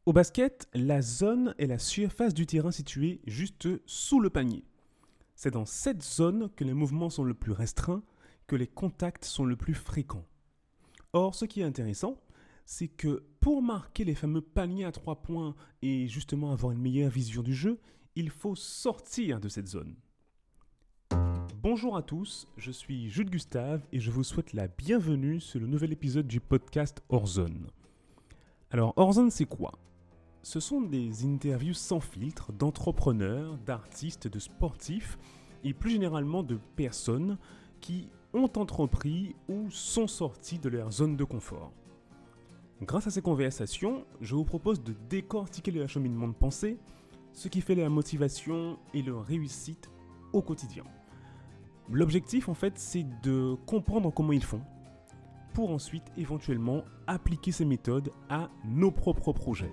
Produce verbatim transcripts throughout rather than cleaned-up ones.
Au basket, la zone est la surface du terrain située juste sous le panier. C'est dans cette zone que les mouvements sont le plus restreints, que les contacts sont le plus fréquents. Or, ce qui est intéressant, c'est que pour marquer les fameux paniers à trois points et justement avoir une meilleure vision du jeu, il faut sortir de cette zone. Bonjour à tous, je suis Jules Gustave et je vous souhaite la bienvenue sur le nouvel épisode du podcast Hors Zone. Alors, Hors Zone, c'est quoi ? Ce sont des interviews sans filtre d'entrepreneurs, d'artistes, de sportifs et plus généralement de personnes qui ont entrepris ou sont sortis de leur zone de confort. Grâce à ces conversations, je vous propose de décortiquer le cheminement de pensée, ce qui fait leur motivation et leur réussite au quotidien. L'objectif, en fait, c'est de comprendre comment ils font, pour ensuite éventuellement appliquer ces méthodes à nos propres projets.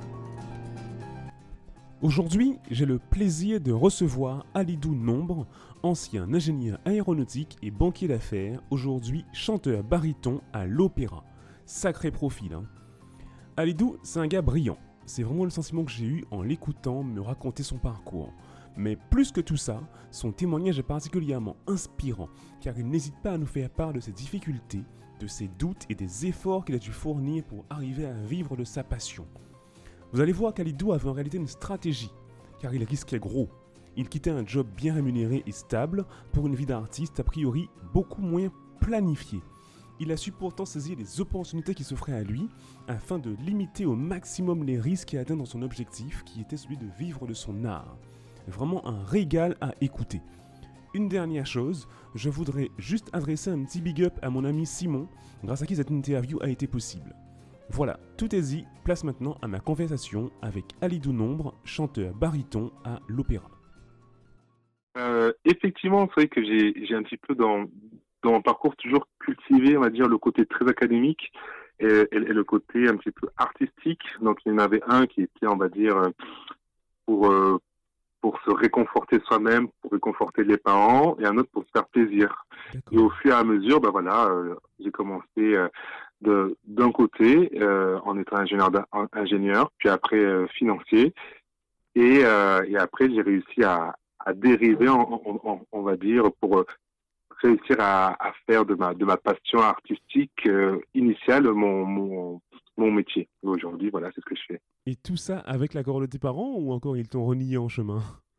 Aujourd'hui, j'ai le plaisir de recevoir Alidou Nombre, ancien ingénieur aéronautique et banquier d'affaires, aujourd'hui chanteur baryton à l'opéra. Sacré profil, hein. Alidou, c'est un gars brillant. C'est vraiment le sentiment que j'ai eu en l'écoutant me raconter son parcours. Mais plus que tout ça, son témoignage est particulièrement inspirant, car il n'hésite pas à nous faire part de ses difficultés, de ses doutes et des efforts qu'il a dû fournir pour arriver à vivre de sa passion. Vous allez voir qu'Alidou avait en réalité une stratégie, car il risquait gros. Il quittait un job bien rémunéré et stable pour une vie d'artiste a priori beaucoup moins planifiée. Il a su pourtant saisir les opportunités qui s'offraient à lui afin de limiter au maximum les risques et atteindre son objectif qui était celui de vivre de son art. Vraiment un régal à écouter. Une dernière chose, je voudrais juste adresser un petit big up à mon ami Simon, grâce à qui cette interview a été possible. Voilà, tout est dit, place maintenant à ma conversation avec Alidou Nombre, chanteur baryton à l'opéra. Euh, effectivement, c'est vrai que j'ai, j'ai un petit peu dans, dans mon parcours toujours cultivé, on va dire, le côté très académique et, et, et le côté un petit peu artistique. Donc, il y en avait un qui était, on va dire, pour, euh, pour se réconforter soi-même, pour réconforter les parents, et un autre pour se faire plaisir. D'accord. Et au fur et à mesure, ben voilà, euh, j'ai commencé euh, de, d'un côté euh, en étant ingénieur, ingénieur puis après euh, financier, et, euh, et après j'ai réussi à, à dériver, on, on, on, on va dire, pour euh, réussir à, à faire de ma de ma passion artistique euh, initiale mon, mon mon métier. Et aujourd'hui, voilà, c'est ce que je fais. Et tout ça avec l'accord de tes parents ou encore ils t'ont renié en chemin ?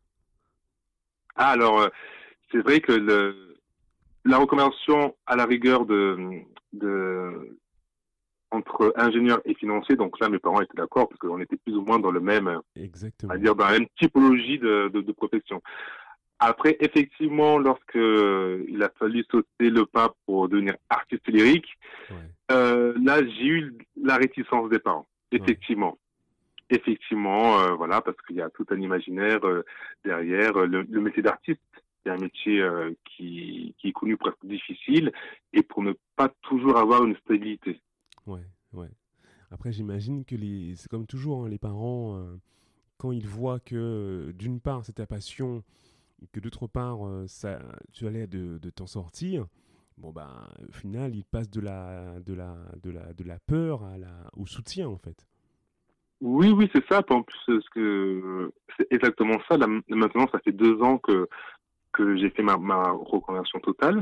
Ah, alors, euh, c'est vrai que le, la reconversion à la rigueur de, de entre ingénieur et financier, donc là, mes parents étaient d'accord parce qu'on était plus ou moins dans le même, Exactement. à dire dans la même typologie de, de, de profession. Après, effectivement, lorsque il a fallu sauter le pas pour devenir artiste lyrique, Ouais. euh, là, j'ai eu la réticence des parents. Effectivement. Ouais. Effectivement, euh, voilà, parce qu'il y a tout un imaginaire euh, derrière. Le, le métier d'artiste, c'est un métier euh, qui, qui est connu pour être difficile et pour ne pas toujours avoir une stabilité. Ouais, ouais. Après, j'imagine que les... c'est comme toujours, hein, les parents, euh, quand ils voient que euh, d'une part c'est ta passion, que d'autre part euh, ça, tu as l'air de, de t'en sortir, bon bah au final ils passent de la, de la, de la, de la peur à la, au soutien en fait. Oui, oui, c'est ça. En plus, ce que c'est exactement ça. Là, maintenant, ça fait deux ans que que j'ai fait ma, ma reconversion totale.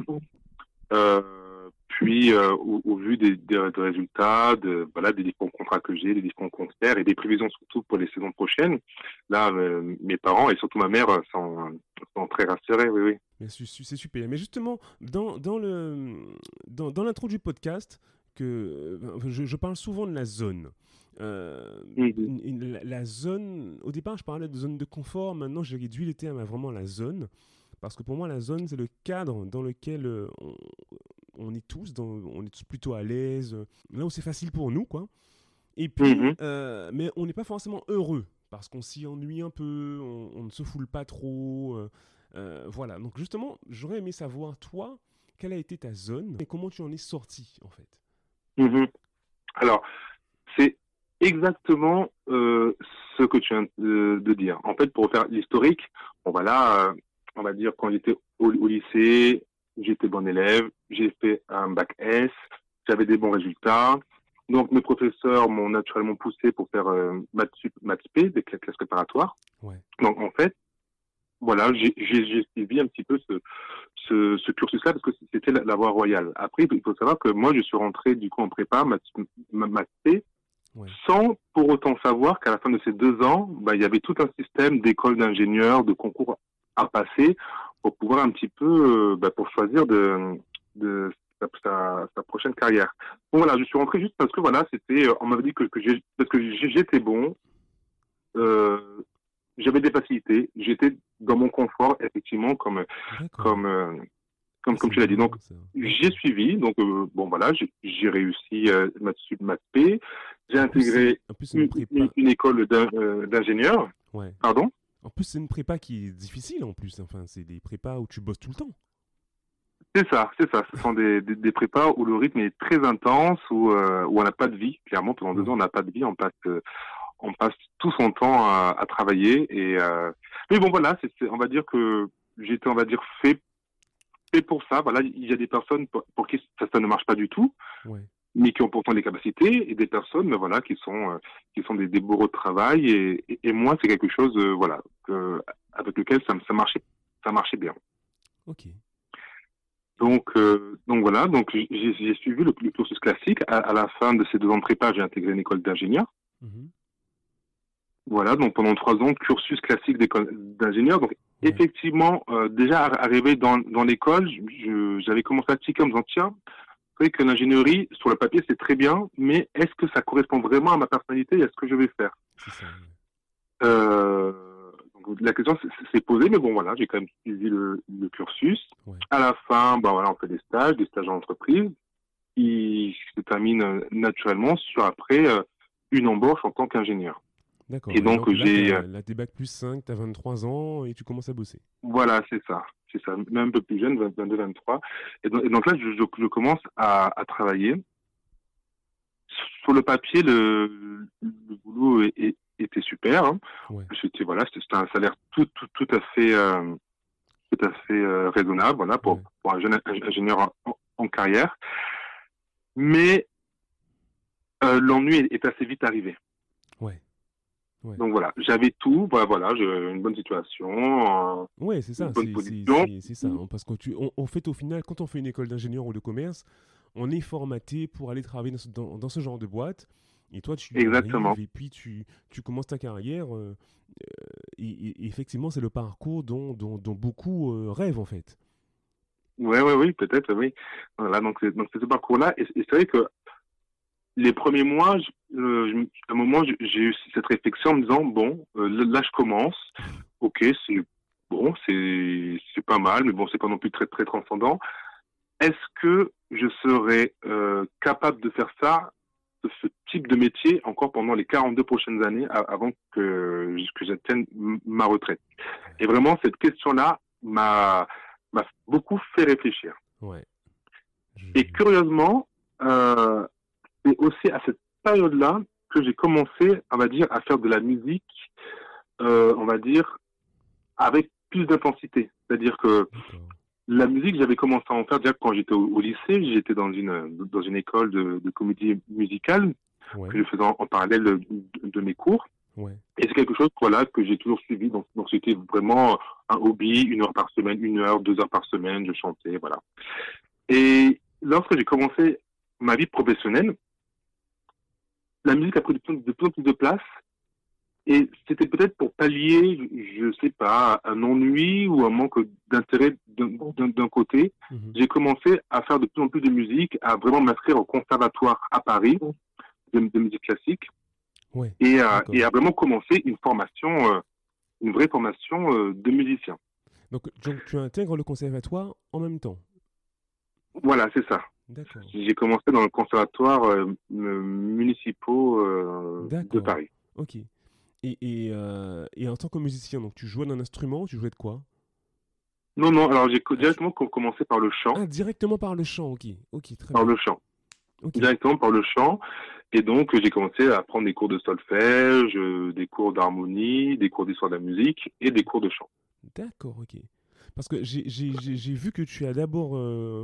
Euh, puis, euh, au, au vu des, des, des résultats, de, voilà, des différents contrats que j'ai, des différents concerts et des prévisions surtout pour les saisons prochaines, là, euh, mes parents et surtout ma mère sont, sont très rassurés, oui, oui. Mais c'est c'est super. Mais justement, dans, dans, le, dans, dans l'intro du podcast, que, je, je parle souvent de la zone. Euh, Mm-hmm. une- une- la, la zone, au départ, je parlais de zone de confort. Maintenant, j'ai réduit les termes à vraiment la zone. Parce que pour moi, la zone, c'est le cadre dans lequel euh, on, on est tous, dans, on est tous plutôt à l'aise, euh, là où c'est facile pour nous, quoi. Et puis, Mm-hmm. euh, mais on n'est pas forcément heureux, parce qu'on s'y ennuie un peu, on, on ne se foule pas trop, euh, euh, voilà. Donc justement, j'aurais aimé savoir, toi, quelle a été ta zone, et comment tu en es sorti, en fait. Mm-hmm. Alors, c'est exactement euh, ce que tu viens de, de dire. En fait, pour faire l'historique, bon voilà, euh, on va dire quand j'étais au, au lycée, j'étais bon élève, j'ai fait un bac S, j'avais des bons résultats, Donc, mes professeurs m'ont naturellement poussé pour faire euh, maths sup, maths spé, des classes préparatoires. Ouais. Donc, en fait, voilà, j'ai, j'ai, j'ai suivi un petit peu ce, ce, ce cursus-là parce que c'était la, la voie royale. Après, il faut savoir que moi, je suis rentré du coup en prépa, maths, maths spé, Ouais. sans pour autant savoir qu'à la fin de ces deux ans, bah, il y avait tout un système d'écoles d'ingénieurs, de concours à passer pour pouvoir un petit peu, euh, bah, pour choisir de, de sa, sa, sa prochaine carrière. Donc voilà, je suis rentré juste parce que voilà, c'était, euh, on m'avait dit que, que j'ai, parce que j'étais bon, euh, j'avais des facilités, j'étais dans mon confort effectivement, comme, D'accord. comme, euh, comme, Ah, comme c'est tu l'as dit. bien, Donc ça. j'ai D'accord. suivi, donc euh, bon voilà, j'ai, j'ai réussi euh, maths sup, maths spé, j'ai En plus, c'est intégré en plus, c'est une une, une, prépa. une école d'in- euh, d'ingénieurs, Ouais. pardon. En plus, c'est une prépa qui est difficile en plus. Enfin, c'est des prépas où tu bosses tout le temps. C'est ça, c'est ça. Ce sont des, des, des prépas où le rythme est très intense, où, euh, où on n'a pas de vie. Clairement, pendant deux Ouais. ans, on n'a pas de vie. On passe, euh, on passe tout son temps à, à travailler. Et euh... mais bon, voilà, c'est, c'est, on va dire que j'étais, on va dire, fait, fait pour ça. Voilà, il y a des personnes pour, pour qui ça, ça ne marche pas du tout, Ouais. mais qui ont pourtant des capacités, et des personnes, ben voilà, qui sont, euh, qui sont des, des bourreaux de travail. Et, et, et moi, c'est quelque chose, euh, voilà, que, avec lequel ça, ça marchait, ça marchait bien. Ok. Donc, euh, donc voilà, donc j'ai, j'ai suivi le, le cursus classique. À, à la fin de ces deux ans de prépa, j'ai intégré une école d'ingénieur. Mhm. Voilà, donc pendant trois ans, cursus classique d'école d'ingénieur. Donc Ouais. effectivement, euh, déjà arrivé dans, dans l'école, je, je, j'avais commencé à tiquer en me disant, tiens, c'est vrai que l'ingénierie, sur le papier, c'est très bien, mais est-ce que ça correspond vraiment à ma personnalité et à ce que je vais faire? C'est ça. Ouais. Euh, donc, la question s'est, s'est posée, mais bon voilà, j'ai quand même suivi le, le cursus. Ouais. À la fin, ben voilà, on fait des stages, des stages en entreprise, qui se terminent naturellement sur après euh, une embauche en tant qu'ingénieur. D'accord. Et Et donc donc là, j'ai, euh, t'as, là, t'es bac plus cinq, t'as vingt-trois ans et tu commences à bosser. voilà, c'est ça, c'est ça, même un peu plus jeune, vingt-deux, vingt-trois. Et donc, et donc là, je, je, je commence à, à travailler. Sur le papier, le, le boulot est, est, était super. Hein. Ouais. C'était voilà, c'était un salaire tout, tout, tout à fait, euh, tout à fait euh, raisonnable, voilà, pour, Ouais. pour un jeune ingénieur en, en carrière. Mais euh, l'ennui est, est assez vite arrivé. Ouais. Ouais. Donc voilà, j'avais tout, voilà, voilà, j'ai une bonne situation, euh, Ouais, c'est une ça, bonne c'est, c'est, position. c'est, c'est ça. Hein, parce que tu, on, en fait, au final, quand on fait une école d'ingénieur ou de commerce, on est formaté pour aller travailler dans ce, dans, dans ce genre de boîte. Et toi, tu y Exactement. arrives et puis tu, tu commences ta carrière. euh, euh, et, et- et effectivement, c'est le parcours dont, dont, dont beaucoup euh, rêvent, en fait. Ouais, ouais, oui, peut-être, oui. Voilà, donc c'est, donc c'est ce parcours-là. Et, et c'est vrai que les premiers mois, je, euh, je- à un moment, j'ai j'ai eu cette réflexion en me disant, bon, euh, là, je commence. Ok, c'est bon, c'est, c'est pas mal, mais bon, c'est pas non plus très, très transcendant. Est-ce que je serais euh, capable de faire ça, de ce type de métier, encore pendant les quarante-deux prochaines années, a- avant que, que j'atteigne m- ma retraite? Et vraiment, cette question-là m'a, m'a beaucoup fait réfléchir. Ouais. Je... Et curieusement, euh, c'est aussi à cette période-là que j'ai commencé, on va dire, à faire de la musique, euh, on va dire, avec plus d'intensité. C'est-à-dire que D'accord. la musique, j'avais commencé à en faire déjà quand j'étais au, au lycée. J'étais dans une dans une école de, de comédie musicale que Ouais. je faisais en, en parallèle de, de mes cours. Ouais. Et c'est quelque chose, voilà, que j'ai toujours suivi. Donc, donc c'était vraiment un hobby, une heure par semaine, une heure, deux heures par semaine, je chantais, voilà. Et lorsque j'ai commencé ma vie professionnelle, la musique a pris de plus, de plus en plus de place. Et c'était peut-être pour pallier, je sais pas, un ennui ou un manque d'intérêt d'un, d'un, d'un côté. Mhm. J'ai commencé à faire de plus en plus de musique, à vraiment m'inscrire au conservatoire à Paris de, de musique classique Ouais. et, à, D'accord. et à vraiment commencer une formation, euh, une vraie formation euh, de musicien. Donc, donc, tu intègres le conservatoire en même temps. Voilà, c'est ça. D'accord. J'ai commencé dans le conservatoire euh, municipaux euh, de D'accord. Paris. Ok. Et, et, euh, et en tant que musicien, donc tu jouais d'un instrument, tu jouais de quoi? Non, non, alors j'ai co- Ah, tu- directement co- commencé par le chant, ah, directement par le chant, ok. Ok, très par bien. le chant. Ok. Directement par le chant. Et donc, j'ai commencé à prendre des cours de solfège, euh, des cours d'harmonie, des cours d'histoire de la musique et des cours de chant. D'accord, ok. Parce que j'ai j'ai- j'ai- j'ai vu que tu as d'abord euh,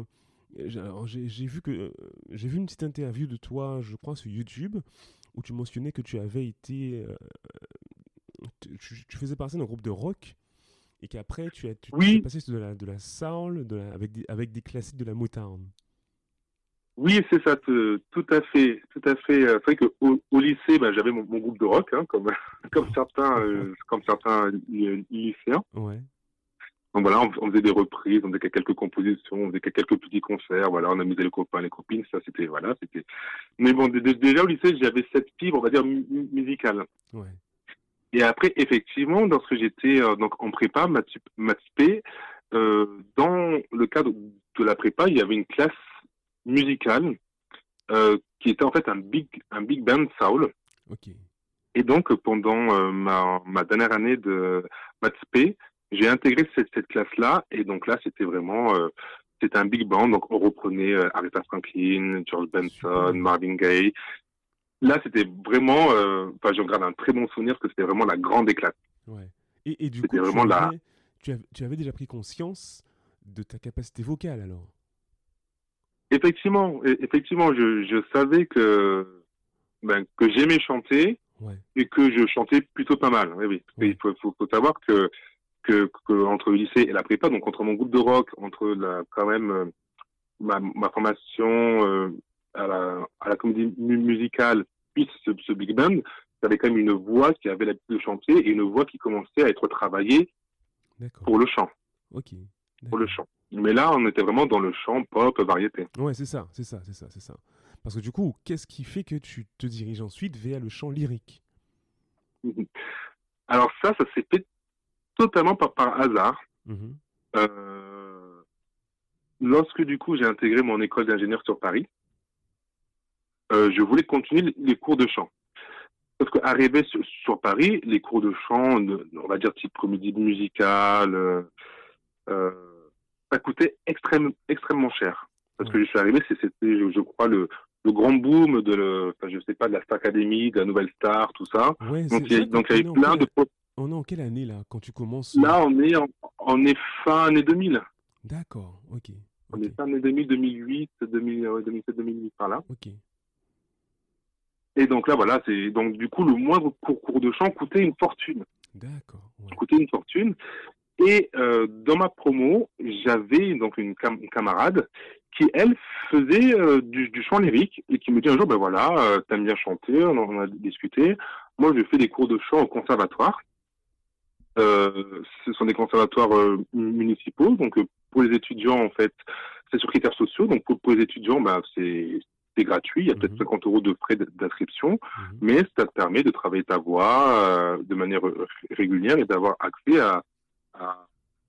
j'ai alors, j'ai- j'ai vu que euh, j'ai vu une petite interview de toi, je crois, sur YouTube, où tu mentionnais que tu avais été, euh, tu, tu- tu faisais partie d'un groupe de rock et qu'après tu, as- tu, tu t'es Oui, passé sur de la, de la soul, de la- avec des, avec des classiques de la Motown. oui, c'est ça, tout, tout à fait, tout à fait. Euh, C'est vrai qu'au au lycée, bah, j'avais mon, mon groupe de rock, hein, comme, comme certains, euh, comme certains ly- lycéens. Ouais, Donc voilà, on, on faisait des reprises, on faisait quelques compositions, on faisait quelques petits concerts. Voilà, on amusait les copains, les copines. Ça, c'était voilà, c'était. Mais bon, dé- dé- déjà au lycée, j'avais cette fibre, on va dire mu- mu- musicale. ouais, Et après, effectivement, lorsque j'étais euh, donc en prépa, maths sup- maths spé, euh, dans le cadre de la prépa, il y avait une classe musicale euh, qui était en fait un big un big band soul. ok, Et donc pendant euh, ma, ma dernière année de maths spé, j'ai intégré cette, cette classe-là. Et donc là, c'était vraiment euh, c'était un big band. Donc on reprenait euh, Aretha Franklin, George Benson, super, Marvin Gaye. Là, c'était vraiment, euh, enfin, j'en garde un très bon souvenir parce que c'était vraiment la grande éclate. ouais. Et, et du C'était coup, tu vraiment la. avais, tu avais, tu avais déjà pris conscience de ta capacité vocale alors? Effectivement, e- effectivement, je, je savais que ben, que j'aimais chanter Ouais, et que je chantais plutôt pas mal. Oui, oui. Parce qu'il ouais, faut, faut, faut savoir que, que, que entre le lycée et la prépa, donc entre mon groupe de rock, entre la quand même euh, ma, ma formation euh, à la à la comédie mu- musicale, puis ce, ce big band, j'avais quand même une voix qui avait l'habitude de chanter et une voix qui commençait à être travaillée d'accord, pour le chant, ok, pour le d'accord. chant. Mais là, on était vraiment dans le chant pop variété. Ouais, c'est ça, c'est ça, c'est ça, c'est ça. Parce que du coup, qu'est-ce qui fait que tu te diriges ensuite vers le chant lyrique? Alors ça, ça s'est fait totalement par, par hasard. Mhm. Euh, lorsque du coup j'ai intégré mon école d'ingénieur sur Paris, euh, je voulais continuer les cours de chant. Sauf qu'arrivé sur, sur Paris, les cours de chant, on va dire type comédie musicale, euh, euh, ça coûtait extrême, extrêmement cher. Parce Ouais, que je suis arrivé, c'était, je, je crois, le, le grand boom de, le, enfin, je sais pas, de la Star Academy, de la Nouvelle Star, tout ça. ouais, Donc c'est il y, c'est a- vrai qu'on donc, il y on avait est en plein quelle, de... a- on est en quelle année là quand tu commences? euh, Là, on est, en, on est fin année deux mille. D'accord, ok, On ok, est fin année deux mille, deux mille huit, deux mille, ouais, deux mille sept, deux mille huit, par là. ok, Et donc là, voilà, c'est donc du coup le moindre cours, cours de chant coûtait une fortune, d'accord, ouais, coûtait une fortune. Et euh, dans ma promo, j'avais donc une, cam- une camarade qui elle faisait euh, du, du chant lyrique et qui me dit un jour, ben voilà, euh, t'aimes bien chanter, on en a discuté. Moi, je fais des cours de chant au conservatoire. Euh, ce sont des conservatoires euh, municipaux, donc euh, pour les étudiants en fait, c'est sur critères sociaux. Donc pour, pour les étudiants, ben c'est c'est gratuit, il y a peut-être mhm, cinquante euros de frais d- d'inscription, mhm, mais ça te permet de travailler ta voix euh, de manière euh, régulière et d'avoir accès à, à,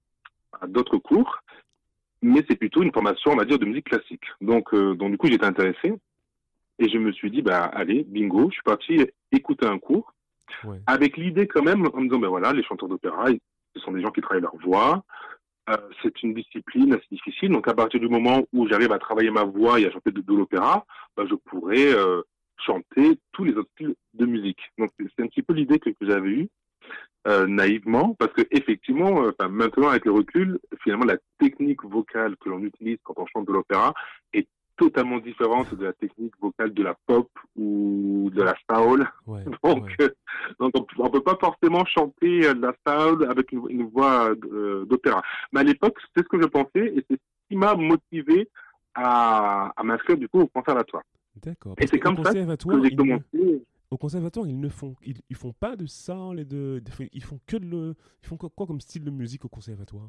à d'autres cours. Mais c'est plutôt une formation, on va dire, de musique classique. Donc, euh, donc du coup, j'étais intéressé et je me suis dit, bah allez, bingo, je suis parti écouter un cours ouais, avec l'idée quand même, en me disant, ben voilà, les chanteurs d'opéra, ce sont des gens qui travaillent leur voix. Euh, c'est une discipline assez difficile. Donc, à partir du moment où j'arrive à travailler ma voix et à chanter de, de l'opéra, ben, je pourrais euh, chanter tous les autres styles de musique. Donc, c'est un petit peu l'idée que, que j'avais eue, euh, naïvement, parce que effectivement, euh, maintenant, avec le recul, finalement, la technique vocale que l'on utilise quand on chante de l'opéra est totalement différente de la technique vocale de la pop ou de la soul. ouais, Donc, ouais, euh, donc on, ne peut pas forcément chanter euh, de la soul avec une, une voix euh, d'opéra. Mais à l'époque, c'est ce que je pensais et c'est ce qui m'a motivé à, à m'inscrire du coup au conservatoire. d'accord. Et Parce c'est qu'au comme ça que conservatoire, j'ai ils ne, commencé. au conservatoire, ils ne font, ils, ils font pas de soul et de, de- ils font que de le, ils font quoi, quoi comme style de musique au conservatoire?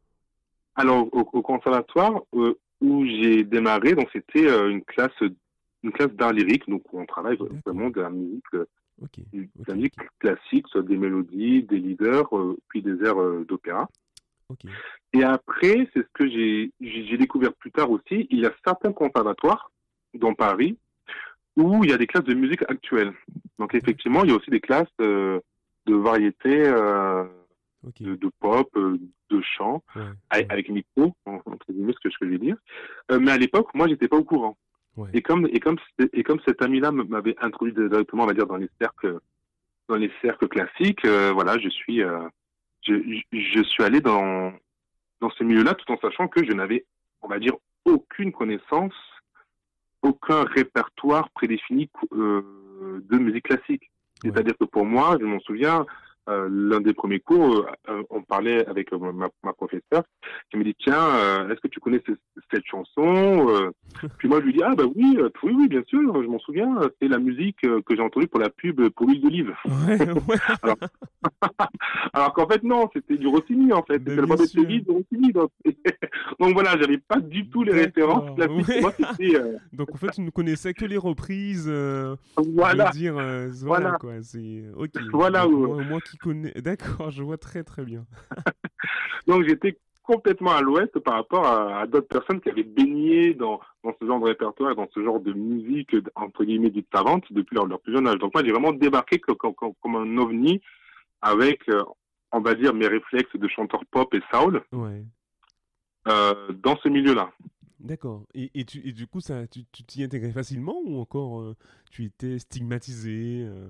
Alors au, au conservatoire euh, où j'ai démarré, donc c'était euh, une classe une classe d'art lyrique, donc où on travaille D'accord, vraiment de la musique, euh, ok, de ok, la musique ok, classique, soit des mélodies, des leaders, euh, puis des airs euh, d'opéra. ok, Et après, c'est ce que j'ai j'ai j'ai découvert plus tard aussi, il y a certains conservatoires dans Paris où il y a des classes de musique actuelle. Donc effectivement, d'accord, il y a aussi des classes euh, de variété, euh, ok, de, de pop, euh, de chant, ouais, avec, ouais, avec micro, en- entre guillemets, ce que je veux dire. Euh, mais à l'époque, moi, j'étais pas au courant. ouais, Et comme et comme c'est- et comme cet ami-là m- m'avait introduit directement, on va dire, dans les cercles dans les cercles classiques, euh, voilà, je suis euh, je, je je suis allé dans dans ce milieu-là, tout en sachant que je n'avais, on va dire, aucune connaissance, aucun répertoire prédéfini euh, de musique classique. Ouais. C'est-à-dire que pour moi, je m'en souviens, euh, l'un des premiers cours, euh, on parlait avec euh, ma, ma professeure, qui me dit, tiens, euh, est-ce que tu connais ce, cette chanson euh, Puis moi, je lui dis, ah bah oui, euh, oui, oui, bien sûr, je m'en souviens, c'est la musique euh, que j'ai entendue pour la pub pour l'huile d'olive. Ouais, ouais. alors, alors qu'en fait, non, c'était du Rossini, en fait. Ben, C'était le bien Bob sûr. de Rossini. Donc, donc voilà, j'avais pas du tout les D'accord, références classiques. ouais. Pour moi, c'était... euh, Donc en fait, tu ne connaissais que les reprises. euh, Je veux voilà, dire, euh, voilà voilà, quoi. C'est ok. voilà. Donc où- moi, moi qui connais. D'accord, je vois très très bien. Donc j'étais complètement à l'ouest par rapport à, à d'autres personnes qui avaient baigné dans, dans ce genre de répertoire, dans ce genre de musique, entre guillemets, dite savante, depuis leur, leur plus jeune âge. Donc moi, j'ai vraiment débarqué comme, comme, comme- comme un ovni avec, euh, on va dire, mes réflexes de chanteur pop et soul Ouais. euh, dans ce milieu-là. D'accord. Et, et, tu, et du coup, ça, tu tu t'y intégrais facilement ou encore euh, tu étais stigmatisé euh,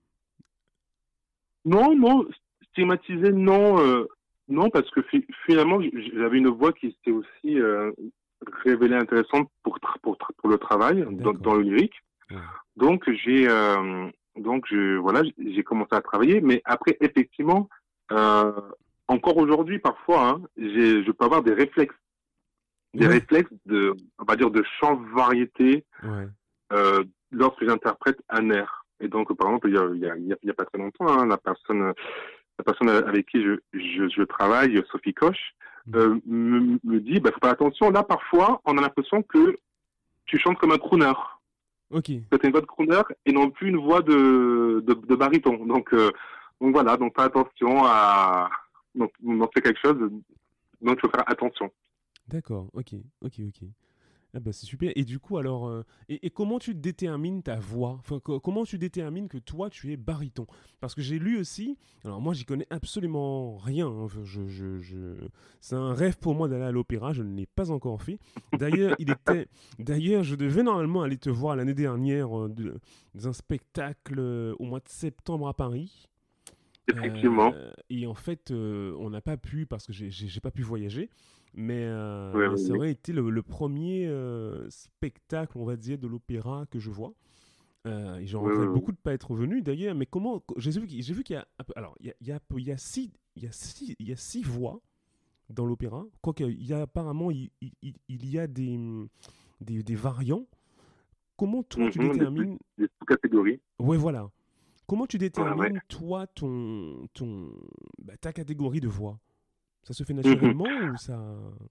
Non, non, stigmatisé, non, euh, non, parce que fi- finalement, j- j'avais une voix qui s'était aussi euh, révélée intéressante pour, tra- pour, tra- pour le travail dans, dans D'accord. le lyrique. Ouais. Donc j'ai, euh, donc je, voilà, j- j'ai commencé à travailler, mais après, effectivement, euh, encore aujourd'hui, parfois, hein, j'ai, je peux avoir des réflexes, des Ouais. réflexes de, on va dire, de chant variété Ouais. euh, lorsque j'interprète un air. Et donc, par exemple, il y a, il y a, il y a, il y a pas très longtemps, hein, la personne, la personne avec qui je, je, je travaille, Sophie Koch, euh, me, me dit, bah, faut faire attention. Là, parfois, on a l'impression que tu chantes comme un crooner, Ok. que tu as une voix de crooner et non plus une voix de, de, de baryton. Donc, euh, donc voilà, donc fais attention à, donc, donc c'est quelque chose, donc il faut faire attention. D'accord. Ok. Ok. Ok. Ah bah c'est super. Et du coup, alors, euh, et, et comment tu détermines ta voix? Enfin, co- comment tu détermines que toi, tu es baryton? Parce que j'ai lu aussi, alors moi, j'y connais absolument rien. Hein. Enfin, je, je, je- C'est un rêve pour moi d'aller à l'opéra, je ne l'ai pas encore fait. D'ailleurs, il était, d'ailleurs, je devais normalement aller te voir l'année dernière euh, de- dans un spectacle euh, au mois de septembre à Paris. Effectivement. Euh, et en fait, euh, on n'a pas pu, parce que j'ai j'ai- j'ai pas pu voyager, mais, euh, Oui, mais oui, ça oui. aurait été le, le premier euh, spectacle, on va dire, de l'opéra que je vois. Euh, et j'en Oui, regrette oui, beaucoup de ne pas être venu d'ailleurs, mais comment. J'ai vu, qu'il- j'ai vu qu'il y a. un peu- Alors, il y a, il y a, il y a six, il y a six, il y a six voix dans l'opéra. Quoique, il y a apparemment, il, il- il- il y a des, des, des variants. Comment toi, oui. tu Mhm, des, sous- détermines. des sous-catégories. Ouais, voilà. Comment tu Ouais, ouais. détermines, toi, ton, ton, bah, ta catégorie de voix? Ça se fait Mhm. naturellement ou ça...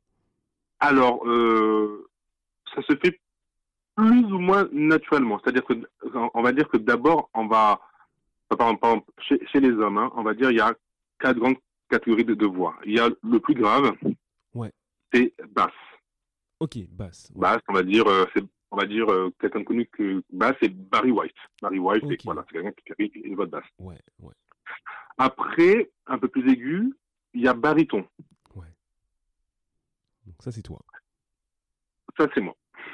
Alors, euh, ça se fait plus ou moins naturellement. C'est-à-dire que, on va dire que d'abord, on va, par exemple, par exemple, chez, chez les hommes, hein, on va dire, il y a quatre grandes catégories de, de voix. Il y a le plus grave, Ouais. c'est basse. Ok, basse. Ouais. Basse, on va dire, euh, c'est, on va dire, euh, quelqu'un de connu que basse, c'est Barry White. Barry White, c'est, Ok. voilà, c'est quelqu'un qui a une voix de basse. Ouais, ouais, Après, un peu plus aigu, il y a baryton. ouais. Donc ça, c'est toi. Ça, c'est moi.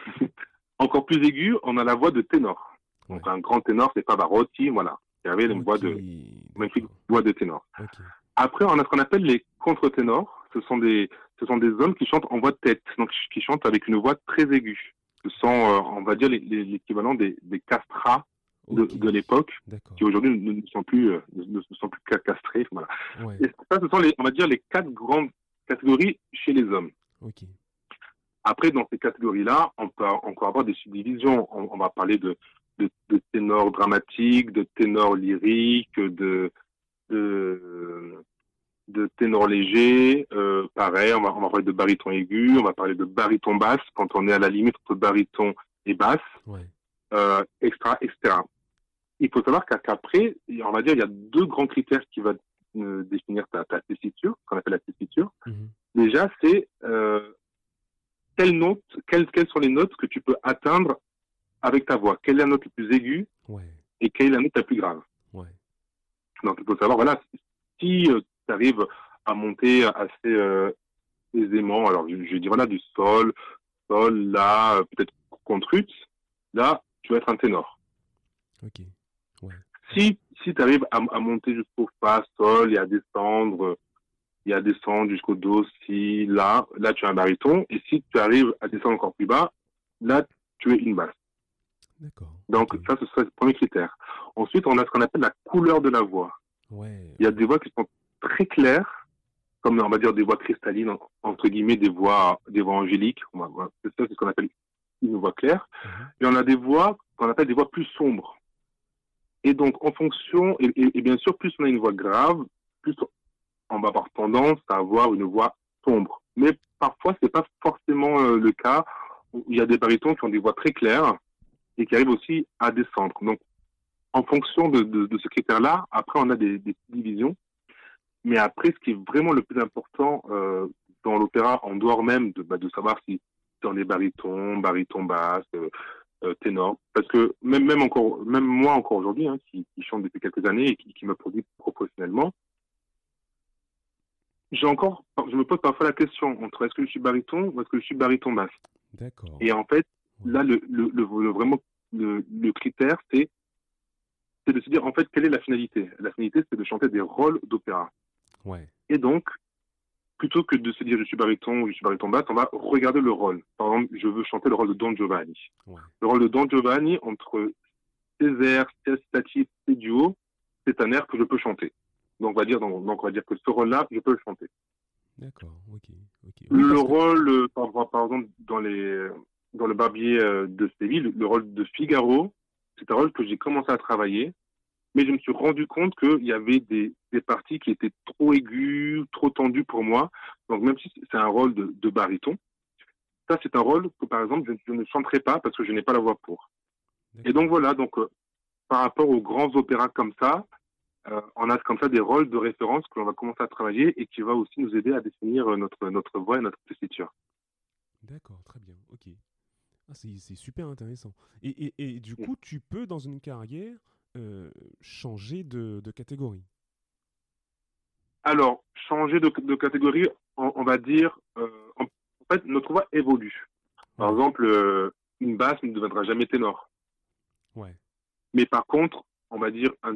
Encore plus aigu, on a la voix de ténor. Donc, Ouais. un grand ténor, c'est Pavarotti, voilà. Il y avait une voix Ok, de, magnifique d'accord. voix de ténor. Ok. Après, on a ce qu'on appelle les contre-ténors. Ce sont des, ce sont des hommes qui chantent en voix de tête, donc qui chantent avec une voix très aiguë. Ce sont, euh, on va dire, les- les- l'équivalent des, des castrats de, Ok, de l'époque, d'accord. qui aujourd'hui ne, ne sont plus, euh, ne, ne sont plus ca- castrés. Voilà. Ouais, Et ça, ce sont les, on va dire, les quatre grandes catégories chez les hommes. ok. Après, dans ces catégories-là, on peut encore avoir des subdivisions. On, on va parler de, de, de ténor dramatique, de ténor lyrique, de, de, de ténor léger. Euh, pareil, on va, on va parler de baryton aigu, on va parler de baryton basse, quand on est à la limite entre baryton et basse, Ouais. euh, extra, et cetera. Il faut savoir qu'à- qu'après, on va dire, il y a deux grands critères qui vont euh, définir ta, ta tessiture, qu'on appelle la tessiture. Mhm. Déjà, c'est euh, quelles notes, quelles, quelles sont les notes que tu peux atteindre avec ta voix. Quelle est la note la plus aiguë Ouais, et quelle est la note la plus grave. ouais. Donc, il faut savoir, voilà, si euh, tu arrives à monter assez euh, aisément, alors je, je dis voilà, du sol, sol, la, euh, peut-être contre-ut, là, tu vas être un ténor. Ok, ouais. Si, si tu arrives à, à monter jusqu'au fa, sol et à descendre et à descendre jusqu'au do, si, la, là tu as un baryton, et si tu arrives à descendre encore plus bas, là tu es une basse. D'accord. Donc Ok. ça, ce serait le premier critère. Ensuite, on a ce qu'on appelle la couleur de la voix. Ouais. Il y a Ouais. des voix qui sont très claires, comme on va dire des voix cristallines, en- entre guillemets, des voix, des voix angéliques. On va voir. C'est ça, c'est ce qu'on appelle une voix claire. Mhm. Et on a des voix qu'on appelle des voix plus sombres. Et donc, en fonction, et, et- et bien sûr, plus on a une voix grave, plus on va avoir tendance à avoir une voix sombre. Mais parfois, c'est pas forcément euh, le cas. Il y a des barytons qui ont des voix très claires et qui arrivent aussi à descendre. Donc, en fonction de, de, de ce critère-là, après, on a des, des divisions. Mais après, ce qui est vraiment le plus important euh, dans l'opéra, en dehors même de, bah, de savoir si dans les barytons, baryton basse, euh, euh, ténor, parce que même même encore, même moi encore aujourd'hui, hein, qui, qui chante depuis quelques années et qui, qui me produit professionnellement, j'ai encore, je me pose parfois la question entre est-ce que je suis baryton ou est-ce que je suis baryton basse. D'accord. Et en fait, Ouais. là, le, le, le, le vraiment le, le critère, c'est c'est de se dire en fait quelle est la finalité. La finalité, c'est de chanter des rôles d'opéra. Ouais. Et donc, plutôt que de se dire je suis baryton ou je suis baryton basse, on va regarder le rôle. Par exemple, je veux chanter le rôle de Don Giovanni. Ouais. Le rôle de Don Giovanni, entre ses airs, ses statifs, ses duos, c'est un air que je peux chanter. Donc on va dire, donc, donc on va dire que ce rôle-là, je peux le chanter. D'accord. Ok. Ok. Oui, Le parce que. rôle, euh, par, par, par exemple, dans les dans le Barbier euh, de Séville, le, le rôle de Figaro, c'est un rôle que j'ai commencé à travailler, mais je me suis rendu compte qu'il y avait des, des parties qui étaient trop aiguës, trop tendues pour moi. Donc même si c'est un rôle de, de baryton, ça c'est un rôle que par exemple je, je ne chanterai pas parce que je n'ai pas la voix pour. Et D'accord. donc voilà, donc euh, par rapport aux grands opéras comme ça, euh, on a comme ça des rôles de référence que l'on va commencer à travailler et qui va aussi nous aider à définir euh, notre notre voix et notre tessiture. D'accord. Très bien. Ok. Ah, c'est c'est super intéressant. Et, et, et du coup, tu peux, dans une carrière, euh, changer de, de catégorie. Alors, changer de, de catégorie, on, on va dire, euh, en, en fait, notre voix évolue. Par Ouais. exemple, euh, une basse ne deviendra jamais ténor. Ouais. Mais par contre, on va dire, un,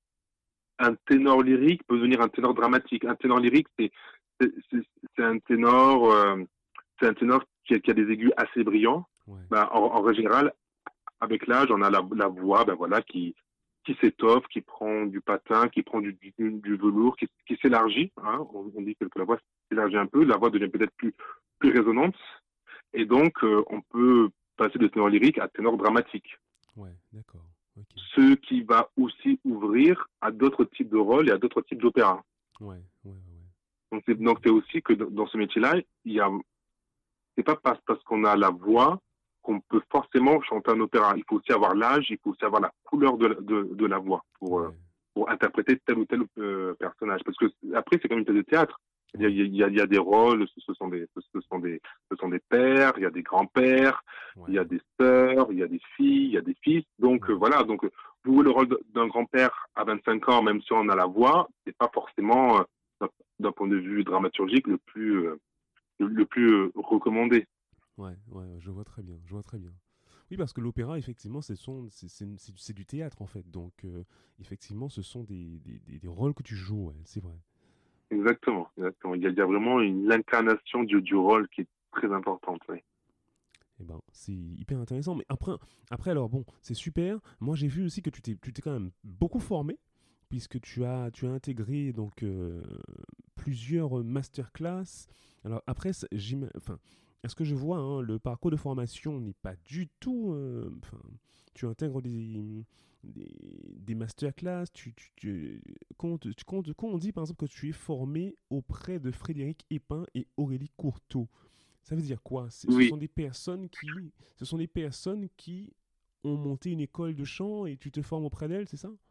un ténor lyrique peut devenir un ténor dramatique. Un ténor lyrique, c'est c'est- c'est- c'est un ténor, euh, c'est un ténor qui a, qui a des aigus assez brillants. Ouais. Ben, en, en règle générale, avec l'âge, on a la, la voix, ben voilà, qui qui s'étoffe, qui prend du patin, qui prend du, du, du velours, qui, qui s'élargit. Hein. On, on dit que la voix s'élargit un peu, la voix devient peut-être plus plus résonante, et donc euh, on peut passer de ténor lyrique à ténor dramatique. Ouais. D'accord. Ok. Ce qui va aussi ouvrir à d'autres types de rôles et à d'autres types d'opéras. Ouais. Ouais. Ouais. Ouais. Donc c'est Ok. donc c'est aussi que dans ce métier-là, il y a c'est pas parce, parce qu'on a la voix qu'on peut forcément chanter un opéra. Il faut aussi avoir l'âge, il faut aussi avoir la couleur de, de, de la voix pour, euh, Ouais. pour interpréter tel ou tel euh, personnage. Parce que après, c'est comme une pièce de théâtre. Il y, a, Ouais. il, y a, il y a des rôles, ce sont des, ce sont des, ce sont des pères, il y a des grands-pères, il y a Ouais. des sœurs, il y a des filles, il y a des fils. Donc euh, Ouais. voilà, donc euh, jouer le rôle d'un grand-père à vingt-cinq ans, même si on a la voix, c'est pas forcément, euh, d'un point de vue dramaturgique, le plus, euh, le, le plus euh, recommandé. Ouais. Ouais. Ouais. Je vois très bien. Je vois très bien. Oui, parce que l'opéra, effectivement, c'est son- c'est c'est une- c'est- c'est du théâtre, en fait. Donc, euh, effectivement, ce sont des, des, des- des rôles que tu joues, ouais, c'est vrai. Exactement, exactement. Il y a, il y a vraiment une incarnation du, du rôle qui est très importante. Oui. Eh ben, c'est hyper intéressant. Mais après, après alors, bon, c'est super. Moi, j'ai vu aussi que tu t'es tu t'es quand même beaucoup formé, puisque tu as, tu as intégré donc, euh, plusieurs masterclass. Alors, après, c'est- j'im- enfin, à ce que je vois, hein, le parcours de formation n'est pas du tout. euh, Enfin, tu intègres des, des, des masterclass. Tu, tu, tu, quand, on te- tu- quand on te- quand on dit, par exemple, que tu es formé auprès de Frédéric Épin et Aurélie Courteau, ça veut dire quoi? C'est- Ce Oui. sont des personnes qui, ce sont des personnes qui ont monté une école de chant et tu te formes auprès d'elles, c'est ça?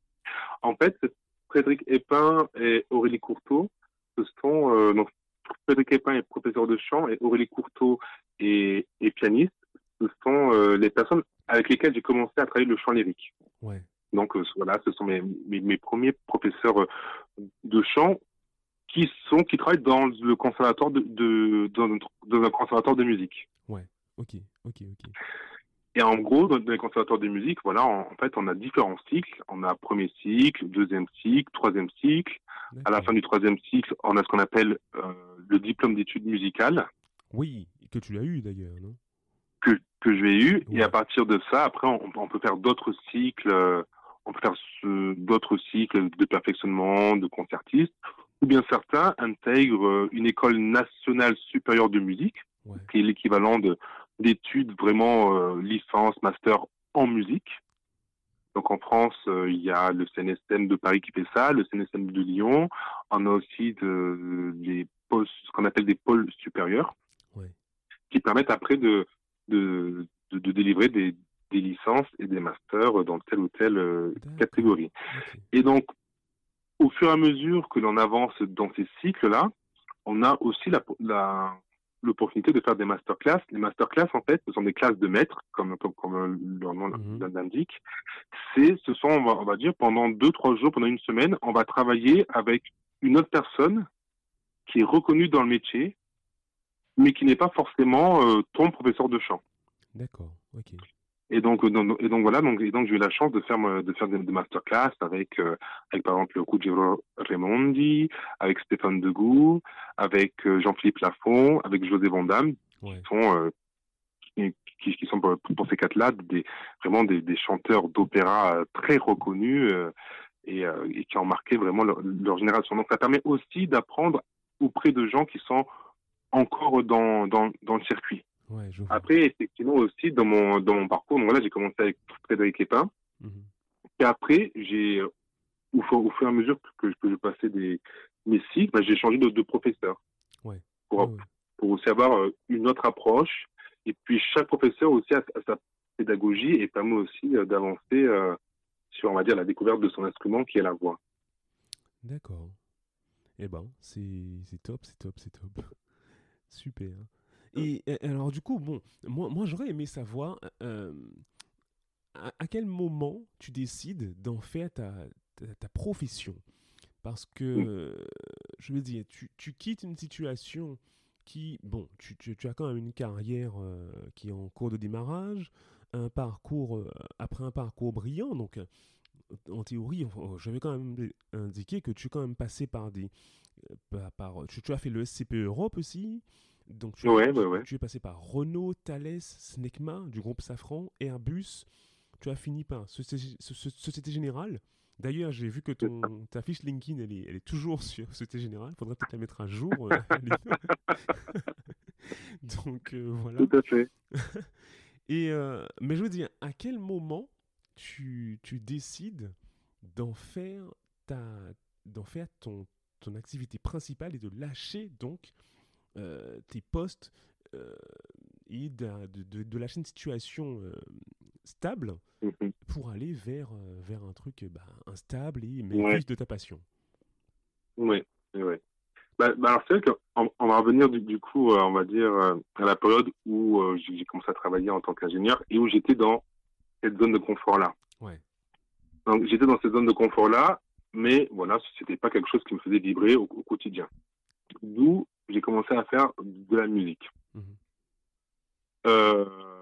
En fait, c'est Frédéric Épin et Aurélie Courteau, ce sont euh, donc Frédéric Épin est professeur de chant et Aurélie Courteau est, est pianiste. Ce sont euh, les personnes avec lesquelles j'ai commencé à travailler le chant lyrique. Ouais, Donc euh, voilà, ce sont mes, mes, mes premiers professeurs euh, de chant qui sont qui travaillent dans le conservatoire de, de dans, un, dans un conservatoire de musique. ouais, ok, ok, ok. Et en gros, dans dans les conservatoires de musique, voilà, en, en fait, on a différents cycles. On a premier cycle, deuxième cycle, troisième cycle. À la D'accord. fin du troisième cycle, on a ce qu'on appelle euh, le diplôme d'études musicales Oui, que tu l'as eu d'ailleurs, non? que, que j'ai eu. Et à Ouais. partir de ça, après, on, on peut faire d'autres cycles. euh, on peut faire ce- d'autres cycles de perfectionnement, de concertiste. Ou bien certains intègrent euh, une école nationale supérieure de musique, Ouais. qui est l'équivalent de, d'études vraiment euh, licence, master en musique. Donc en France, euh, il y a le C N S M de Paris qui fait ça, le C N S M de Lyon. On a aussi de, des pôles, ce qu'on appelle des pôles supérieurs, Ouais. qui permettent après de, de, de, de délivrer des, des licences et des masters dans telle ou telle euh, D'accord. catégorie. Ok. Et donc, au fur et à mesure que l'on avance dans ces cycles-là, on a aussi la, la, l'opportunité de faire des masterclass. Les masterclass, en fait, ce sont des classes de maîtres, comme, comme, comme leur nom Mhm. l'indique. C'est, ce sont, on va, on va dire, pendant deux, trois jours, pendant une semaine, on va travailler avec une autre personne qui est reconnue dans le métier, mais qui n'est pas forcément euh, ton professeur de chant. D'accord. Ok. Et donc, euh, donc- et donc voilà, donc, et donc j'ai eu la chance de faire, me- de faire des, des masterclass avec, euh, avec par exemple Ruggiero Raimondi, avec Stéphane Degout, avec euh, Jean-Philippe Lafont, avec José Van Damme, qui Ouais. sont, euh, qui, qui, qui sont pour, pour ces quatre-là des, vraiment des, des chanteurs d'opéra euh, très reconnus euh, et, euh, et qui ont marqué vraiment leur, leur génération. Donc ça permet aussi d'apprendre auprès de gens qui sont encore dans, dans, dans le circuit. Ouais, je vois. Après, effectivement, aussi, dans mon, dans mon parcours, donc voilà, j'ai commencé avec Frédéric Épin. Mhm. Et après, j'ai, au, fur- au fur et à mesure que, que je passais des, mes cycles, bah, j'ai changé de, de professeur Ouais. Ouais, pour, ouais. pour aussi avoir euh, une autre approche. Et puis, chaque professeur aussi a, a sa pédagogie et permet aussi euh, d'avancer euh, sur, on va dire, la découverte de son instrument qui est la voix. D'accord. Eh ben, c'est c'est top, c'est top, c'est top. Super. Et euh, alors du coup, bon, moi, moi j'aurais aimé savoir euh, à, à quel moment tu décides d'en faire ta, ta, ta profession. Parce que, Mm. euh, je veux dire, tu, tu quittes une situation qui, bon, tu, tu, tu as quand même une carrière euh, qui est en cours de démarrage, un parcours, euh, après un parcours brillant, donc euh, en théorie, enfin, j'avais quand même indiqué que tu es quand même passé par des, euh, par, par- tu, tu as fait le S C P Europe aussi, donc tu, as, Ouais, ouais, tu, ouais. tu es passé par Renault, Thales, Snecma, du groupe Safran, Airbus, tu as fini par Société, Société Générale. D'ailleurs, j'ai vu que C'est ça. ton, ta fiche LinkedIn, elle est, elle est toujours sur Société Générale. Faudrait peut-être la mettre à jour. euh, Aline. Donc euh, voilà. Tout à fait. Et euh, mais je veux dire, à quel moment tu, tu décides d'en faire ta, d'en faire ton, ton activité principale et de lâcher donc euh, tes postes euh, et de, de, de, de lâcher une situation euh, stable Mhm. pour aller vers, euh, vers un truc euh, bah, instable et mais Ouais, vivre de ta passion. ouais, ouais. Bah, bah alors c'est vrai qu'on on va revenir du, du coup, euh, on va dire, euh, à la période où euh, j'ai j'ai commencé à travailler en tant qu'ingénieur et où j'étais dans cette zone de confort-là. Ouais, Donc j'étais dans cette zone de confort-là, mais voilà, c'était pas quelque chose qui me faisait vibrer au, au quotidien. D'où j'ai commencé à faire de la musique. mhm, Euh,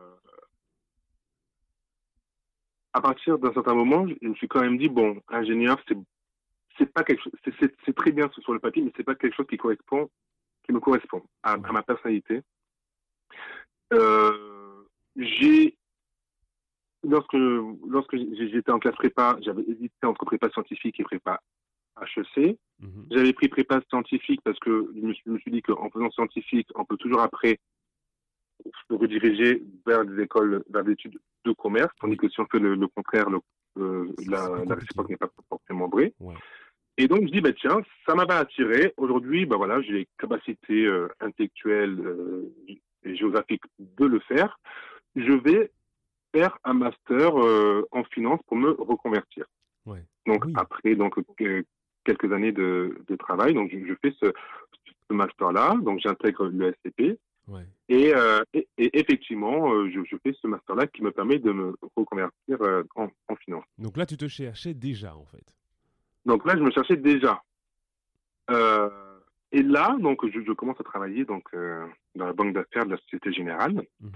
à partir d'un certain moment, je me suis quand même dit, bon, ingénieur, c'est c'est pas quelque chose, c'est c'est- c'est très bien sur le papier, mais c'est pas quelque chose qui correspond, qui me correspond à, à ouais, ma personnalité. Euh, j'ai lorsque lorsque j'étais en classe prépa, j'avais hésité entre prépa scientifique et prépa H E C. mhm, J'avais pris prépa scientifique parce que je me suis, je me suis dit qu'en faisant scientifique, on peut toujours après se rediriger vers des écoles, vers des études de commerce, tandis oui, que si on fait le, le contraire, le, euh, c'est c'est plus la, la compliqué. réciproque n'est pas forcément vraie. Ouais, Et donc, je dis, bah, tiens, ça m'avait attiré. Aujourd'hui, bah, voilà, j'ai les capacités euh, intellectuelles euh, et géographiques de le faire. Je vais faire un master euh, en finance pour me reconvertir. ouais, Donc, oui, après donc euh, quelques années de, de travail, donc je, je fais ce, ce master-là. Donc, j'intègre le S C P. ouais. Et, euh, et, et effectivement, euh, je, je fais ce master-là qui me permet de me reconvertir euh, en, en finance. Donc là, tu te cherchais déjà, en fait. Donc là, je me cherchais déjà. Euh, et là, donc, je, je commence à travailler donc euh, dans la banque d'affaires de la Société Générale. Mhm,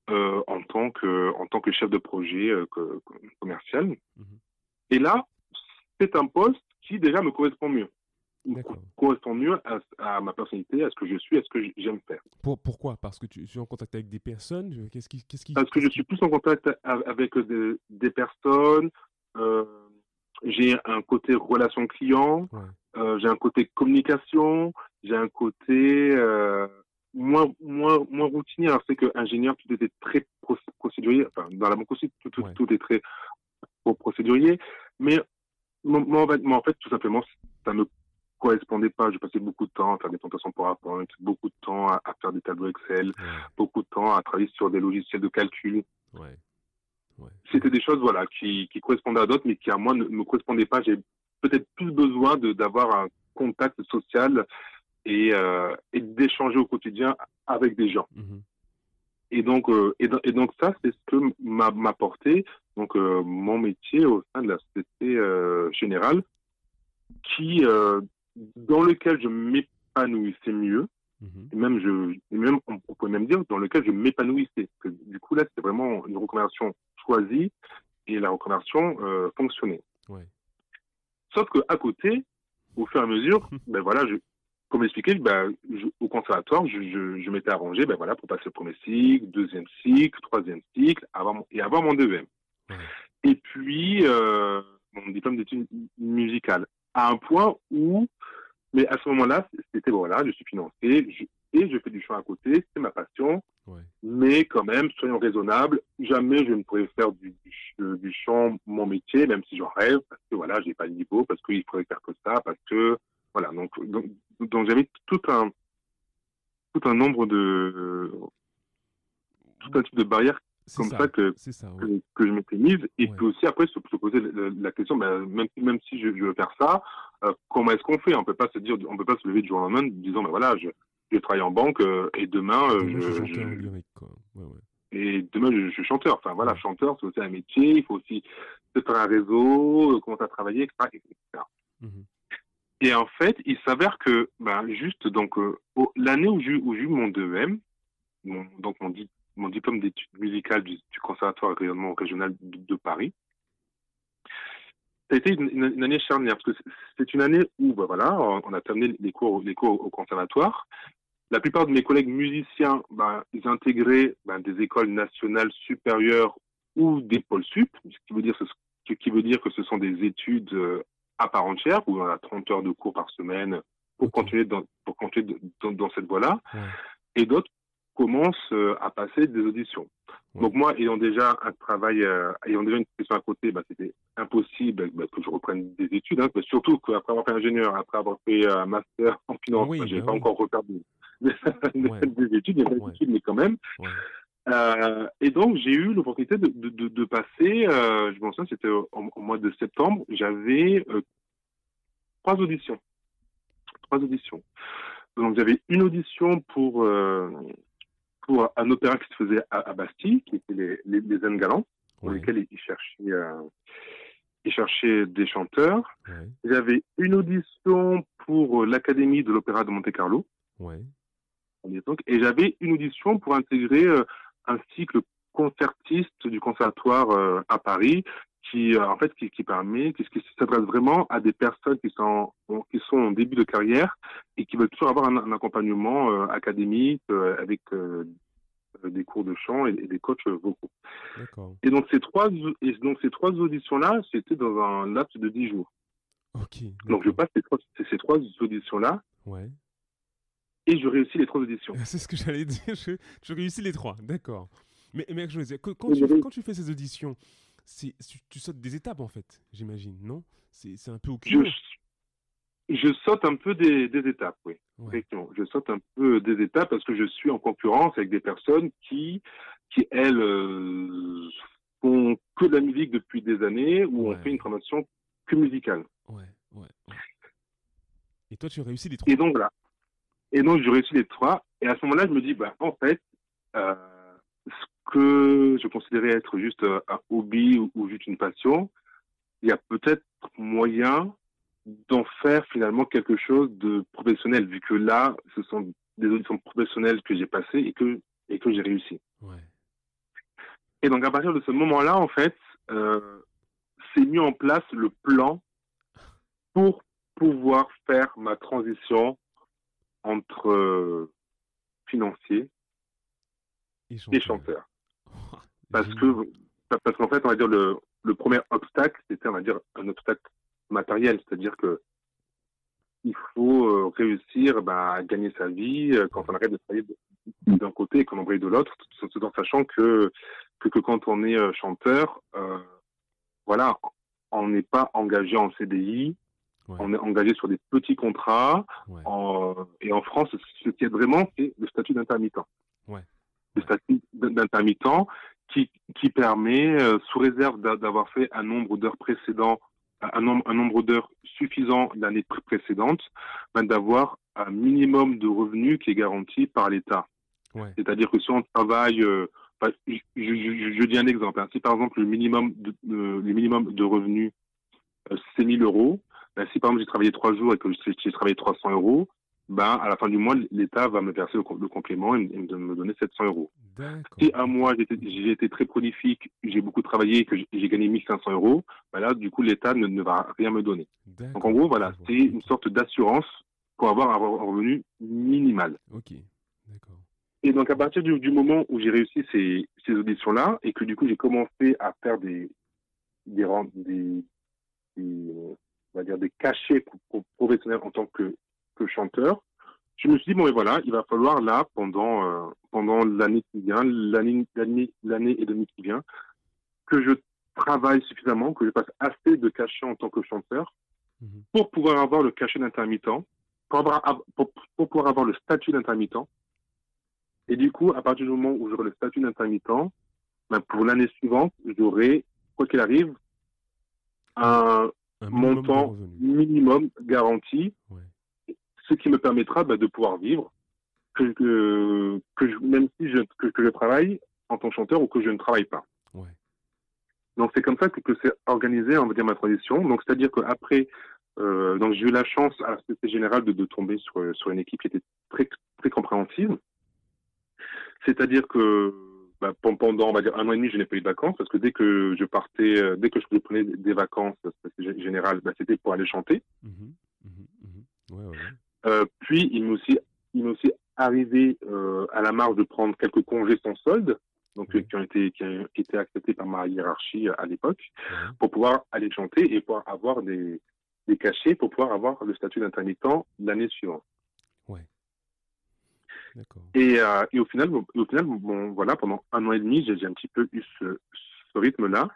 euh, en tant que en tant que chef de projet euh, que- que- commercial. Mhm. Et là, c'est un poste qui déjà me correspond mieux. Il me co- D'accord. correspond mieux à, à ma personnalité, à ce que je suis, à ce que j'aime faire. Pour, pourquoi? Parce que tu, tu es en contact avec des personnes? je- Qu'est-ce qui, qu'est-ce qui, Parce que je qu'est-ce suis qui... plus en contact a- avec des, des personnes. euh, j'ai un côté relation client, Ouais, euh, j'ai un côté communication, j'ai un côté euh, moins, moins, moins routinier. Alors, c'est que ingénieur, tout était très pro- procédurier. Enfin, dans la banque aussi, tout, tout, ouais. tout est très pro- procédurier. Mais moi, moi, en fait, moi, en fait, tout simplement, ça me correspondait pas. Je passais beaucoup de temps à faire des présentations PowerPoint, beaucoup de temps à, à faire des tableaux Excel, Ouais, beaucoup de temps à travailler sur des logiciels de calcul. ouais, ouais, je C'était vois. des choses, voilà, qui, qui correspondaient à d'autres, mais qui à moi ne me correspondaient pas. J'ai peut-être plus besoin de d'avoir un contact social et, euh, et d'échanger au quotidien avec des gens. Mhm. Et donc, euh, et, do- et donc ça, c'est ce que m'a m'a apporté donc euh, mon métier au sein de la société euh, générale, qui euh, dans lequel je m'épanouissais mieux, Mhm. et même je, et même on, on pourrait même dire dans lequel je m'épanouissais. Parce que du coup là, c'était vraiment une reconversion choisie et la reconversion euh, fonctionnait. Ouais. Sauf que à côté, au fur et à mesure, ben voilà, je, comme expliqué, ben, je- au conservatoire, je, je, je m'étais arrangé, ben voilà, pour passer le premier cycle, deuxième cycle, troisième cycle, avoir mon, et avoir mon deux M. Ouais. Et puis euh, mon diplôme d'études musicales, à un point où, mais à ce moment-là, c'était voilà, je suis financé, je, et je fais du chant à côté, c'est ma passion. Ouais. Mais quand même, soyons raisonnables. Jamais je ne pourrais faire du, du, du chant mon métier, même si j'en rêve, parce que voilà, j'ai pas le niveau, parce qu'il faudrait faire que ça, parce que voilà. Donc, donc, donc j'avais tout un, tout un nombre de, tout un type de barrières C'est comme ça ça, que c'est ça, que, ouais. que je m'étais mise. Et Ouais. puis aussi après se, se poser la, la question, ben, même, même si je, je veux faire ça, euh, comment est-ce qu'on fait? On peut pas se dire, on peut pas se lever du jour au lendemain, disant, ben voilà, je, je travaille en banque euh, et demain, Et euh, demain, je suis je, chanteur je, lyrique, quoi. Ouais, ouais. et demain, je, je suis chanteur. Enfin, voilà, Ouais. chanteur, c'est aussi un métier. Il faut aussi se faire un réseau, euh, commencer à travailler, et cetera, et cetera. Mhm. Et en fait, il s'avère que, ben, juste, donc, euh, au- l'année où j'ai eu où j'ai eu mon deux M, mon, donc mon, di- mon diplôme d'études musicales du, du Conservatoire et rayonnement régional de, de Paris, ça a été une, une- une année charnière, parce que c'est c'est une année où, ben, voilà, on, on a terminé les cours, les cours au conservatoire. La plupart de mes collègues musiciens, ben, ils intégraient ben, des écoles nationales supérieures ou des pôles sup, ce qui veut dire, ce qui veut dire que ce sont des études euh, à part entière, où on a trente heures de cours par semaine pour Ok. continuer dans, pour continuer dans, dans cette voie-là. Ouais. Et d'autres commencent euh, à passer des auditions. Ouais. Donc moi, ayant déjà un travail, euh, ayant déjà une question à côté, ben, c'était impossible ben, que je reprenne des études, hein, surtout qu'après avoir fait ingénieur, après avoir fait un master en finance, ben, Oui, je n'avais bah pas oui. encore refait des, Ouais. des études, il n'y a pas Ouais. d'études, mais quand même. Ouais. Euh, et donc, j'ai eu l'opportunité de, de, de, de passer, euh, je me souviens, c'était au, au mois de septembre, j'avais euh, trois auditions. Trois auditions. Donc, j'avais une audition pour, euh, pour un opéra qui se faisait à, à Bastille, qui était les, les, les Ânes Galants, pour Ouais. lesquels ils cherchaient, euh, ils cherchaient des chanteurs. Ouais. J'avais une audition pour l'Académie de l'Opéra de Monte-Carlo, Ouais. à l'époque, et j'avais une audition pour intégrer euh, un cycle concertiste du conservatoire euh, à Paris, qui euh, en fait qui, qui permet, qui, qui s'adresse vraiment à des personnes qui sont qui sont en début de carrière et qui veulent toujours avoir un, un accompagnement euh, académique euh, avec euh, des cours de chant et, et des coachs vocaux. D'accord. Et donc ces trois et donc ces trois auditions là, c'était dans un laps de dix jours. Ok, Donc je d'accord. passe ces trois, ces trois auditions là Ouais. et je réussis les trois auditions. C'est ce que j'allais dire. Je, je réussis les trois. D'accord. Mais, mais je veux dire, que- quand, Et tu, je réussis- quand tu fais ces auditions, c'est, tu, tu sautes des étapes en fait, j'imagine, non? C'est, c'est un peu au je, culot. je saute un peu des, des étapes, oui. Ouais. Effectivement, je saute un peu des étapes parce que je suis en concurrence avec des personnes qui, qui elles, euh, font que de la musique depuis des années ou ont Ouais. fait une formation que musicale. Ouais. Ouais. Ouais. Et toi, tu as réussi les Et trois. donc voilà. Et donc je réussis les trois. Et à ce moment-là, je me dis, bah, en fait, euh, ce que je considérais être juste euh, un hobby ou, ou juste une passion, il y a peut-être moyen d'en faire finalement quelque chose de professionnel, vu que là, ce sont des auditions professionnelles que j'ai passées et que, et que j'ai réussi. Ouais. Et donc, à partir de ce moment-là, en fait, euh, s'est mis en place le plan pour pouvoir faire ma transition entre euh, financier Et et chanteur. chanteur. Oh, Parce génial. que, parce qu'en fait, on va dire, le, le premier obstacle, c'était, on va dire, un obstacle matériel. C'est-à-dire que il faut euh, réussir bah, à gagner sa vie euh, quand Ouais. on arrête de travailler d'un côté et qu'on embraye de l'autre, tout, tout en sachant que, que, que quand on est euh, chanteur, euh, voilà, on n'est pas engagé en C D I, Ouais. on est engagé sur des petits contrats. Ouais. En, et en France, ce qui est vraiment, c'est le statut d'intermittent. Ouais. Le Ouais. statut d'intermittent qui, qui permet, euh, sous réserve d'a- d'avoir fait un nombre d'heures précédent, un nombre, un nombre d'heures suffisant l'année pr- précédente, ben, d'avoir un minimum de revenus qui est garanti par l'État. Ouais. C'est-à-dire que si on travaille, euh, enfin, je, je, je, je dis un exemple, hein, si par exemple le minimum de, euh, le minimum de revenus euh, c'est mille euros, ben, si par exemple j'ai travaillé trois jours et que j'ai j'ai travaillé trois cents euros, ben, à la fin du mois, l'État va me verser le, le complément et, et me donner sept cents euros. Si D'accord. un Ok. mois j'ai été, j'ai été très prolifique, j'ai beaucoup travaillé et que j'ai j'ai gagné mille cinq cents euros, ben là, du coup, l'État ne, ne va rien me donner. Donc en D'accord. gros, Je voilà, vois. c'est une Ok. sorte d'assurance pour avoir un re- un revenu minimal. Ok. D'accord. Et donc à partir du, du moment où j'ai réussi ces, ces auditions-là et que du coup j'ai commencé à faire des, des, ren- des, des, on va dire des cachets pro- pro- professionnels en tant que, que chanteur, je me suis dit, bon, et voilà, il va falloir là, pendant, euh, pendant l'année qui vient, l'année, l'année, l'année et demie qui vient, que je travaille suffisamment, que je passe assez de cachets en tant que chanteur Mhm. pour pouvoir avoir le cachet d'intermittent, pour, avoir, pour, pour pouvoir avoir le statut d'intermittent. Et du coup, à partir du moment où j'aurai le statut d'intermittent, ben, pour l'année suivante, j'aurai, quoi qu'il arrive, Un, un un minimum de montant revenus. minimum garanti, Ouais. ce qui me permettra ben, de pouvoir vivre, que, que, que je, même si je, que, que je travaille en tant que chanteur ou que je ne travaille pas. Ouais. Donc c'est comme ça que, que c'est organisé, on va dire, ma transition. Donc c'est-à-dire qu'après, euh, donc j'ai eu la chance à la Société Générale de, de tomber sur, sur une équipe qui était très, très compréhensive. C'est-à-dire que bah, pendant, on va dire, un an et demi, je n'ai pas eu de vacances parce que dès que je partais, euh, dès que je prenais des vacances, c'est général, bah, c'était pour aller chanter. Mhm. Mhm. Mhm. Ouais, ouais, ouais. Euh, puis il m'est aussi, il m'est aussi arrivé euh, à la marge de prendre quelques congés sans solde, donc Ouais. qui ont été qui ont été acceptés par ma hiérarchie à l'époque, Ouais. pour pouvoir aller chanter et pouvoir avoir des, des cachets pour pouvoir avoir le statut d'intermittent l'année suivante. Ouais. D'accord. Et, euh, et au final, bon, et au final, bon, voilà, pendant un an et demi, j'ai j'ai un petit peu eu ce, ce rythme-là.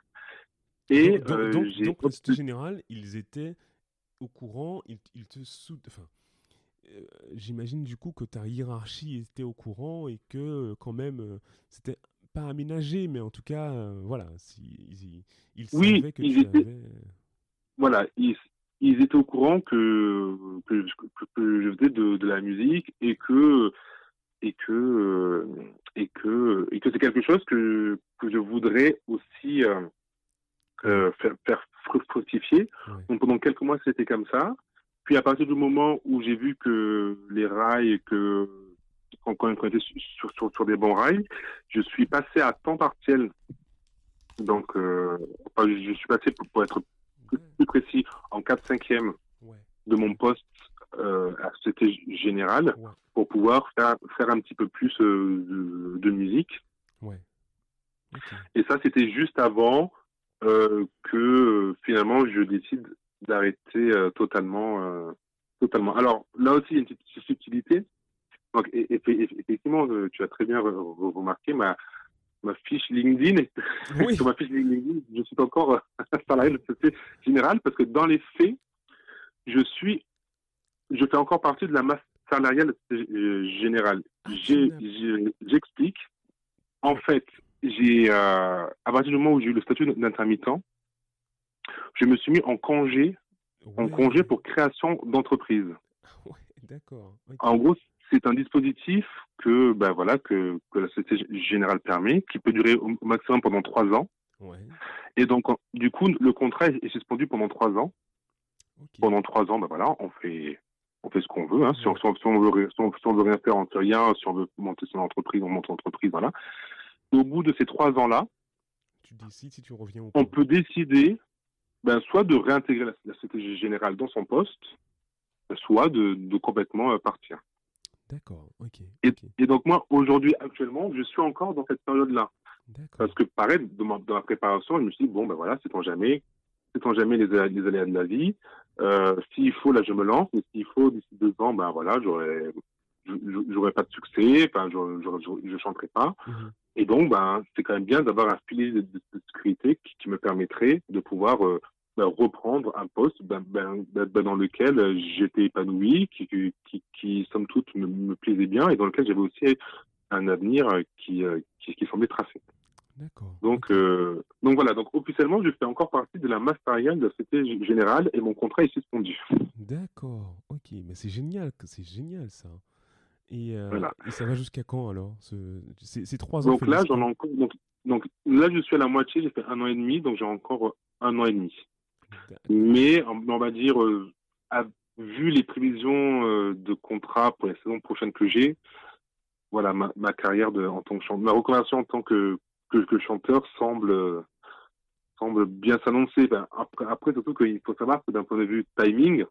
Et Donc, donc, euh, donc, j'ai donc, la Société obtenu. Générale, ils étaient au courant, ils, ils te sout... Enfin, euh, j'imagine du coup que ta hiérarchie était au courant et que euh, quand même, euh, c'était pas aménagé, mais en tout cas, euh, voilà, si, ils, ils Oui, savaient que ils tu étaient, avais... euh, voilà, ils, ils étaient au courant que, que, que, que je faisais de, de la musique et que et que euh, et que et que c'est quelque chose que que je voudrais aussi euh, Ouais, euh, faire, faire fructifier. ouais, Donc pendant quelques mois, c'était comme ça. Puis à partir du moment où j'ai vu que les rails, que quand on était sur, sur, sur des bons rails, je suis passé à temps partiel. Donc, euh, enfin, je, je suis passé, pour, pour être plus, ouais, plus précis, en quatre cinquième ouais, de mon poste euh, à Société Générale ouais, pour pouvoir faire, faire un petit peu plus euh, de, de musique. ouais, ok, Et ça, c'était juste avant euh, que euh, finalement je décide d'arrêter euh, totalement, euh, totalement. Alors là aussi, il y a une petite subtilité. Donc, et, et, et, effectivement, euh, tu as très bien re, re, remarqué ma, ma fiche LinkedIn. Sur oui, ma fiche LinkedIn, je suis encore euh, salarié de Société Générale parce que dans les faits, je suis, je fais encore partie de la masse salariale euh, générale. ah, tu J'ai- n'as... j'ai- J'explique. En fait, j'ai euh, à partir du moment où j'ai eu le statut d'intermittent, je me suis mis en congé, en congé Ouais, pour création d'entreprise. ah ouais, d'accord, ok, En gros, c'est un dispositif que, ben voilà, que, que la Société Générale permet, qui peut durer au maximum pendant trois ans. ouais, Et donc, du coup, le contrat est suspendu pendant trois ans. ok, Pendant trois ans, ben voilà, on fait, on fait ce qu'on veut. Hein. Si, on, ouais, si, on, si, on veut, si, on, si on veut rien faire, on ne fait rien. Si on veut monter son entreprise, on monte son entreprise, voilà. Et au bout de ces trois ans-là, tu décides si tu reviens ou on pas. peut décider ben, soit de réintégrer la, la Société Générale dans son poste, soit de, de complètement euh, partir. D'accord, ok, Et, ok. et donc moi, aujourd'hui, actuellement, je suis encore dans cette période-là. Parce D'accord. que pareil, dans ma, dans ma préparation, je me suis dit, bon, ben voilà, c'est on jamais, c'est on jamais les, les aléas de la vie. Euh, s'il faut, là, je me lance, mais s'il faut, d'ici deux ans, ben voilà, j'aurais, j'aurais pas de succès, enfin, je, je, je chanterai pas. Mhm. Et donc, ben, c'est quand même bien d'avoir un filet de, de, de sécurité qui, qui me permettrait de pouvoir euh, ben, reprendre un poste ben, ben, ben, ben, dans lequel euh, j'étais épanoui, qui, qui, qui, qui, somme toute, me, me plaisait bien et dans lequel j'avais aussi un avenir euh, qui, euh, qui, qui semblait tracé. D'accord, Donc, ok. euh, donc voilà, donc officiellement, je fais encore partie de la masse salariale de la Société Générale et mon contrat est suspendu. D'accord, ok. Mais c'est génial, que- c'est génial ça. Et, euh, Voilà. et ça va jusqu'à quand alors? ce... ces, ces trois ans Donc là, finissent j'en ai quand? encore. Donc, donc là, je suis à la moitié. J'ai fait un an et demi, donc j'ai encore un an et demi. D'accord. Mais on, on va dire, euh, à, vu les prévisions euh, de contrat pour la saison prochaine que j'ai, voilà, ma, ma carrière de, en tant que chanteur, ma reconversion en tant que, que, que chanteur semble, euh, semble bien s'annoncer. Ben, après, après, surtout qu'il faut savoir que d'un point de vue timing,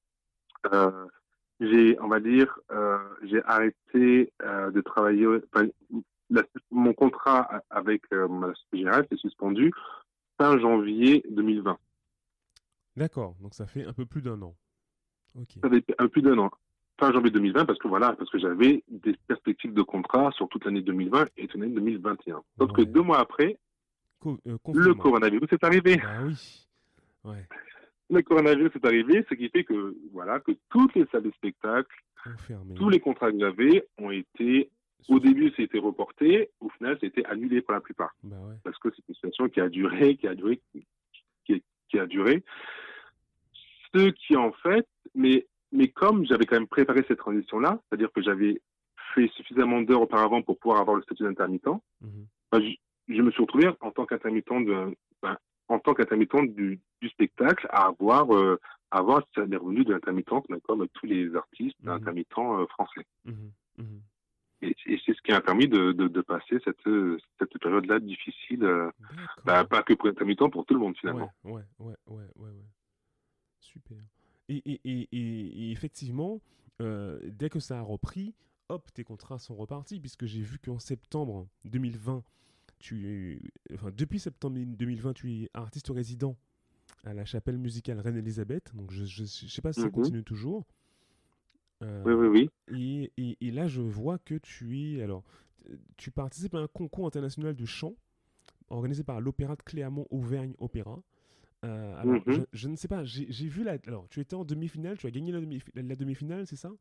euh, j'ai, on va dire, euh, j'ai arrêté euh, de travailler. Enfin, la, mon contrat avec euh, ma Société Générale s'est suspendu fin janvier deux mille vingt. D'accord, donc ça fait un peu plus d'un an. Ok. Ça fait un peu plus d'un an. Fin janvier deux mille vingt, parce que voilà, parce que j'avais des perspectives de contrat sur toute l'année deux mille vingt et toute l'année deux mille vingt et un. Sauf que Ouais. deux mois après, Co- euh, le confinement. coronavirus est arrivé. Bah oui. Ouais. Le coronavirus est arrivé, ce qui fait que, voilà, que toutes les salles de spectacle, tous Enfermé. les contrats que j'avais ont été, au Sus- début, c'était reporté, au final, c'était annulé pour la plupart. Bah ouais. Parce que c'est une situation qui a duré, qui a duré, qui, qui a duré. Ce qui, en fait, mais, mais comme j'avais quand même préparé cette transition-là, c'est-à-dire que j'avais fait suffisamment d'heures auparavant pour pouvoir avoir le statut d'intermittent, Mhm. ben, je, je me suis retrouvé en tant qu'intermittent de, ben, en tant qu'intermittent du, du spectacle à avoir, euh, à avoir des revenus de l'intermittence, ben, comme tous les artistes Mhm. intermittents euh, français. Mhm. Mhm. Et, et c'est ce qui m'a permis de, de, de passer cette, cette période-là difficile, euh, ben, D'accord. pas que pour l'intermittent, pour tout le monde Ouais, finalement. ouais, ouais, ouais, ouais, ouais. Super. Et, et, et, et, et effectivement, euh, dès que ça a repris, hop, tes contrats sont repartis, puisque j'ai vu qu'en septembre deux mille vingt, tu es, enfin, depuis septembre deux mille vingt, tu es artiste résident à la chapelle musicale Reine-Élisabeth. Donc, je ne sais pas si ça Mm-hmm. continue toujours. Oui, Euh, oui, oui. et, et, et là, je vois que tu es. Alors, tu participes à un concours international de chant organisé par l'Opéra de Clermont-Auvergne Opéra. Euh, alors, je, Mm-hmm. je ne sais pas, j'ai j'ai vu la. Alors, tu étais en demi-finale, tu as gagné la, demi, la demi-finale, c'est ça?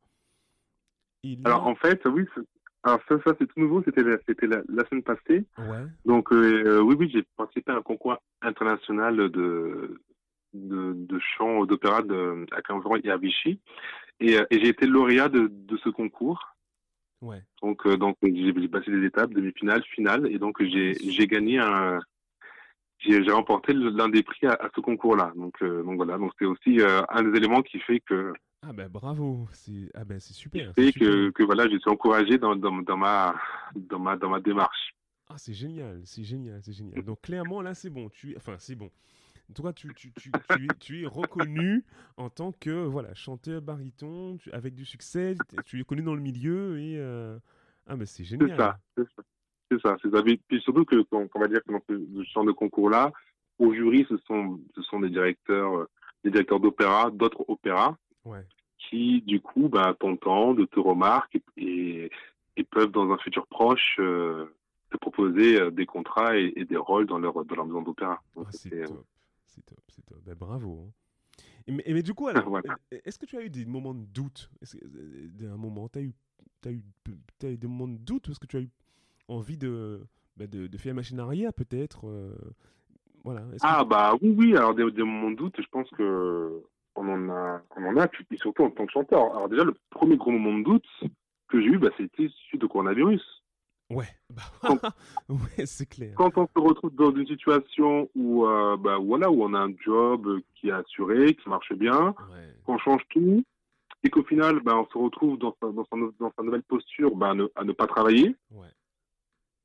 Et Alors là. en fait, oui, c'est- alors ça, ça c'est tout nouveau, c'était la, c'était la, la semaine passée. Ouais, Donc euh, euh, oui, oui, j'ai participé à un concours international de de, de chant d'opéra de, à Clermont et à Vichy, et, euh, et j'ai été lauréat de, de ce concours. ouais. Donc euh, donc j'ai j'ai passé des étapes, demi-finale, finale, et donc Ah, j'ai j'ai gagné super. un j'ai j'ai remporté l'un des prix à, à ce concours-là. Donc euh, donc voilà, donc c'est aussi euh, un des éléments qui fait que Ah, ben bravo. C'est ah, ben, c'est qui super, c'est fait super. que que voilà, je suis encouragé dans dans, dans ma dans ma dans ma démarche. Ah, c'est génial, c'est génial, c'est génial. Donc, clairement, là, c'est bon. Tu, enfin, c'est bon. Toi, tu, tu, tu, tu, es, tu es reconnu en tant que voilà, chanteur baryton, tu- avec du succès, tu tu es connu dans le milieu et. euh, Ah, mais c'est C'est génial. ça, c'est ça, c'est ça. c'est ça. Puis puis surtout que, qu'on on va dire que dans ce, ce genre de concours-là, au jury, ce sont, ce sont des directeurs, euh, des directeurs d'opéra, d'autres opéras, Ouais. qui, du coup, bah, t'entendent, te remarquent et, et, et peuvent, dans un futur proche, euh, te proposer euh, des contrats et, et des rôles dans leur, dans leur maison d'opéra. Donc, Ah, c'est c'était, top. C'est top, c'est top. Ben, bravo, hein. Et, mais, et mais du coup, alors, voilà. euh, est-ce que tu as eu des moments de doute? Est-ce que, euh, un moment, tu as eu, t'as eu, t'as eu des moments de doute parce que tu as eu envie de, bah, de, de faire machine arrière, peut-être euh, voilà. Est-ce que. Ah, bah, oui, oui, alors, des, des moments de doute, je pense que on en a, on en a, puis puis surtout en tant que chanteur. Alors, déjà, le premier gros moment de doute que j'ai eu, bah, c'était suite au coronavirus. Ouais, bah, Quand, ouais, c'est clair. quand on se retrouve dans une situation où, euh, bah, voilà, où on a un job qui est assuré, qui marche bien, Ouais, qu'on change tout, et qu'au final, bah, on se retrouve dans sa, dans sa, dans sa nouvelle posture bah, à, ne, à ne pas travailler, ouais.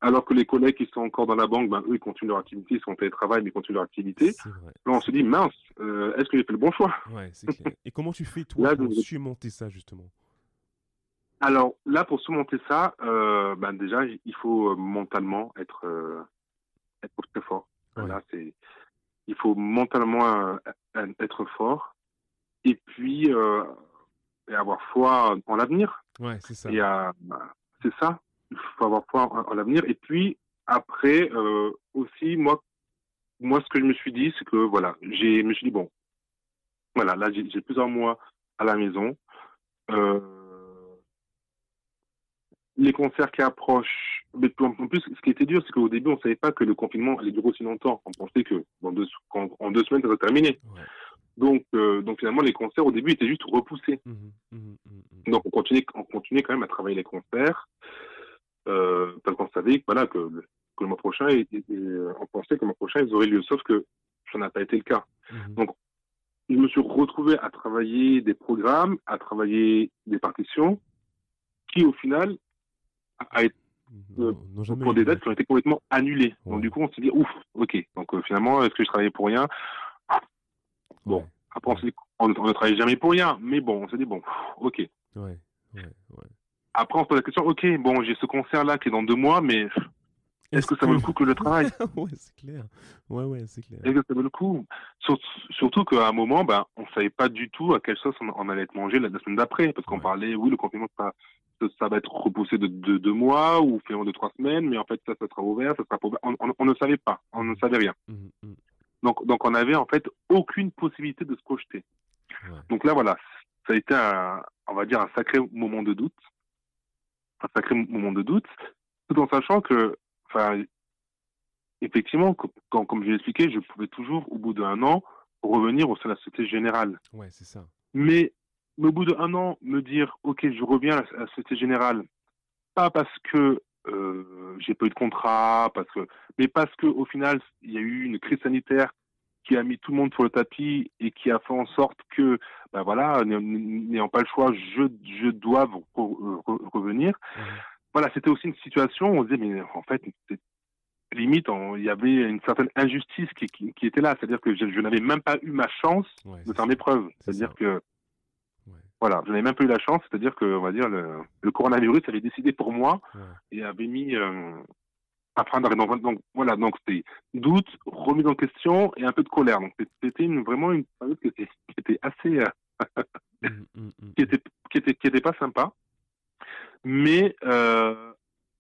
Alors que les collègues qui sont encore dans la banque, ben, eux, ils continuent leur activité, ils sont en télétravail, mais ils continuent leur activité. C'est vrai. Là, on se dit, mince, euh, est-ce que j'ai fait le bon choix? Ouais, c'est clair. Et comment tu fais, toi, Là, pour donc, surmonter ça, justement? alors, là, pour surmonter ça, euh, ben, déjà, il faut euh, mentalement être, euh, être très fort. Ouais, Là, c'est, il faut mentalement euh, être fort et puis euh, et avoir foi en l'avenir. ouais, c'est ça. Et euh, bah, c'est ça, il faut avoir foi en, en l'avenir. Et puis après euh, aussi, moi, moi, ce que je me suis dit, c'est que voilà, j'ai, je me suis dit bon, voilà, là, j'ai, j'ai plusieurs mois à la maison. Euh, les concerts qui approchent. Mais en plus, ce qui était dur, c'est qu'au début, on ne savait pas que le confinement allait durer aussi longtemps. On pensait que dans deux, qu'en- en deux semaines, ça serait terminé. Ouais. Donc, euh, donc finalement, les concerts au début étaient juste repoussés. Mhm, mhm, mhm, mhm. Donc on continuait, on continuait quand même à travailler les concerts, euh, parce qu'on savait que, voilà, que, que le mois prochain, et, et, et, euh, on pensait que le mois prochain, ils auraient lieu, sauf que ça n'a pas été le cas. Mhm. Donc je me suis retrouvé à travailler des programmes, à travailler des partitions, qui au final a, a été euh, Non, non, jamais pour eu des lieu. dates qui ont été complètement annulées. Donc Ouais, du coup, on s'est dit, ouf, ok. Donc euh, finalement, est-ce que je travaillais pour rien? Bon, ouais, après on ouais, s'est dit, on, on ne travaille jamais pour rien, mais bon, on s'est dit, bon, ok. ouais, ouais, ouais. Après, on se pose la question, ok, bon, j'ai ce concert-là qui est dans deux mois, mais est-ce Est-ce que ça vaut que... le coup que je le travaille? Ouais, c'est clair. Ouais, ouais, c'est clair. Est-ce que ça vaut le coup? Sur- Surtout qu'à un moment, ben, on savait pas du tout à quelle sauce on, on allait être mangé la, la semaine d'après, parce qu'on Ouais. parlait, oui, le confinement, ça, ça, ça va être repoussé de, de deux mois ou finalement de trois semaines, mais en fait, ça, ça sera ouvert, ça sera pas ouvert. On, on, on ne savait pas, on ne Mhm, savait rien. mhm, mhm. Donc, donc, on avait en fait aucune possibilité de se projeter. Ouais, Donc là, voilà, ça a été un, on va dire, un sacré moment de doute, un sacré moment de doute, tout en sachant que, enfin, effectivement, quand, comme je l'ai expliqué, je pouvais toujours, au bout d'un an, revenir au sein de la Société Générale. ouais, c'est ça. Mais, mais au bout d'un an, me dire, OK, je reviens à la, à la Société Générale, pas parce que euh, j'ai pas eu de contrat, parce que, mais parce que au final, il y a eu une crise sanitaire qui a mis tout le monde sur le tapis et qui a fait en sorte que, ben voilà, n'ayant pas le choix, je, je dois re, re, revenir. Mhm. Voilà, c'était aussi une situation où on se disait, mais en fait, c'est limite, on- il y avait une certaine injustice qui, qui, qui était là. C'est-à-dire que je, je n'avais même pas eu ma chance Ouais, de c'est faire ça. mes preuves. C'est C'est-à-dire ça. que, Ouais, voilà, je n'avais même pas eu la chance. C'est-à-dire que, on va dire, le, le coronavirus avait décidé pour moi ouais. et avait mis euh, à prendre. Donc, donc, voilà, donc c'était doute, remise en question et un peu de colère. Donc, c'était une, vraiment une période qui était, qui était assez, euh, Mhm, mhm, mhm, qui mhm. était, qui était, qui était pas sympa. Mais, euh,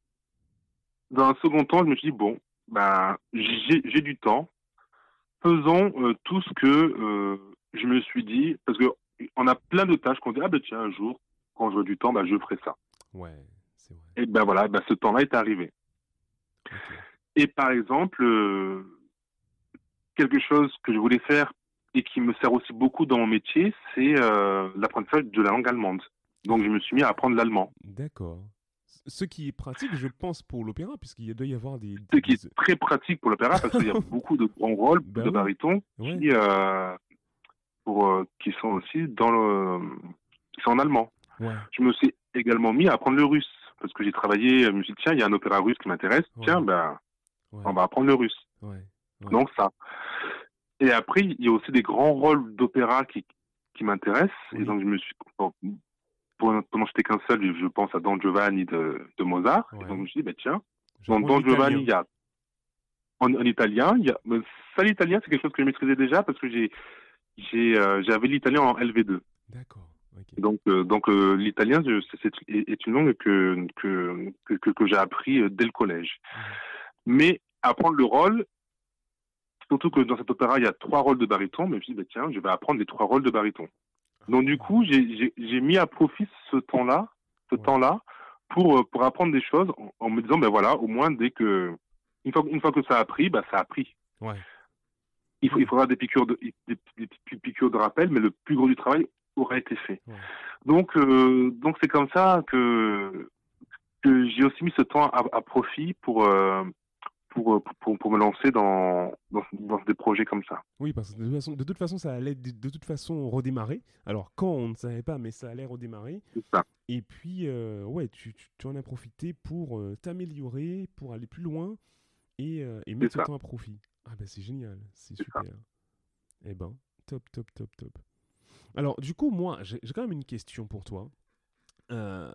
dans un second temps, je me suis dit, bon, bah, j'ai j'ai du temps. Faisons euh, tout ce que euh, je me suis dit, parce que on a plein de tâches qu'on dit, ah ben tiens, un jour, quand j'aurai du temps, ben, je ferai ça. Ouais, c'est vrai. Et ben voilà, ben, ce temps-là est arrivé. Ok. Et par exemple, euh, quelque chose que je voulais faire et qui me sert aussi beaucoup dans mon métier, c'est euh, l'apprentissage de la langue allemande. Donc je me suis mis à apprendre l'allemand, D'accord. Ce ce qui est pratique, je pense, pour l'opéra, puisqu'il doit y avoir des, ce des, qui est des- très pratique pour l'opéra parce qu'il y a beaucoup de grands rôles, beaucoup Bah de oui, barytons ouais, qui, euh, pour, euh, qui sont aussi dans le, qui sont en allemand. ouais, Je me suis également mis à apprendre le russe. Parce que j'ai travaillé, je me suis dit, tiens, il y a un opéra russe qui m'intéresse. Tiens, ouais, ben, on ouais, va apprendre le russe. ouais, ouais, Donc ça. Et après, il y a aussi des grands rôles d'opéra qui, qui m'intéressent. Et oui, donc, je me suis, pour, pour, pendant que j'étais qu'un seul, je, je pense à Don Giovanni de, de Mozart. Et donc, je ouais. me suis dit, ben, tiens, dans J'apprends Don Giovanni, l'italien. il y a, en, en italien, il y a, mais ça, l'italien, c'est quelque chose que je maîtrisais déjà parce que j'ai, j'ai, euh, j'avais l'italien en L V deux. D'accord, ok. Donc, euh, donc euh, l'italien je- c'est, c'est- est est une langue que, que, que, que, que j'ai appris euh, dès le collège. Mhm. Mais apprendre le rôle, surtout que dans cet opéra, il y a trois rôles de baryton, mais je me suis dit, bah, tiens, je vais apprendre les trois rôles de baryton. Donc, du coup, j'ai, j'ai, j'ai mis à profit ce temps-là, ce Ouais, temps-là, pour, euh, pour apprendre des choses en, en me disant, ben voilà, au moins, dès que, une fois, une fois que ça a pris, bah, ça a pris. ouais, Il, faut, il ouais, faudra des piqûres, de, des, des petites piqûres de rappel, mais le plus gros du travail aura été fait. ouais. Donc, euh, donc c'est comme ça que, que j'ai aussi mis ce temps à, à profit pour, euh, pour, pour, pour me lancer dans, dans, dans des projets comme ça. Oui, parce que de toute façon, de toute façon ça allait de, de toute façon redémarrer. Alors, quand on ne savait pas, mais ça allait redémarrer. C'est ça. Et puis, euh, ouais, tu, tu, tu en as profité pour euh, t'améliorer, pour aller plus loin et, euh, et C'est mettre ce ça. temps à profit. Ah ben, c'est génial, c'est C'est ça. super. Eh ben, top, top, top, top. Alors, du coup, moi, j'ai j'ai quand même une question pour toi. Euh,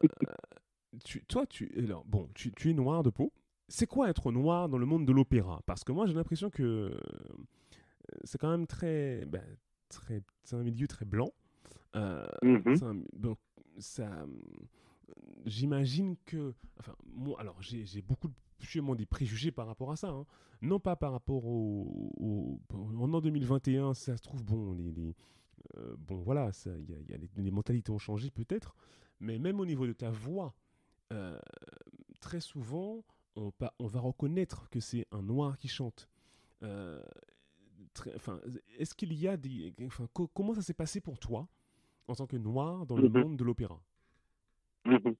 tu, toi, tu, alors, bon, tu, tu es noir de peau. C'est quoi être noir dans le monde de l'opéra? Parce que moi, j'ai l'impression que euh, c'est quand même très, ben, très, c'est un milieu très blanc. Euh, Mhm. c'est un- donc, ça, j'imagine que, enfin, moi, alors, j'ai j'ai beaucoup de, sûrement des préjugés par rapport à ça, hein. Non pas par rapport au, au- en an deux mille vingt et un, ça se trouve, bon, les, les, euh, bon, voilà, ça, il y a, il y a les, les mentalités ont changé peut-être, mais même au niveau de ta voix, euh, très souvent, on, pa- on va reconnaître que c'est un noir qui chante. Euh, très- enfin, est-ce qu'il y a des, enfin, co- comment ça s'est passé pour toi en tant que noir dans le Mhm. monde de l'opéra? Mhm.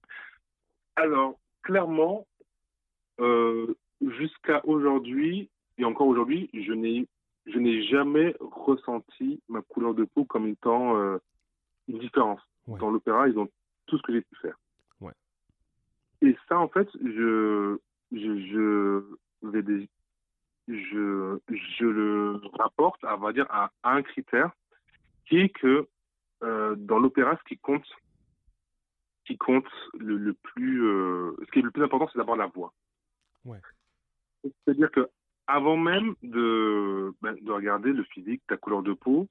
Alors, clairement, euh, jusqu'à aujourd'hui, et encore aujourd'hui, je n'ai, je n'ai jamais ressenti ma couleur de peau comme étant euh, une différence. Ouais, Dans l'opéra, ils ont tout ce que j'ai pu faire. ouais. Et ça, en fait, je, je, je vais des, je, je le rapporte, on va dire, à, à un critère qui est que euh, dans l'opéra, ce qui compte, qui compte le, le plus, euh, ce qui est le plus important, c'est d'abord la voix. Ouais. C'est-à-dire que avant même de, ben, de regarder le physique, ta couleur de peau,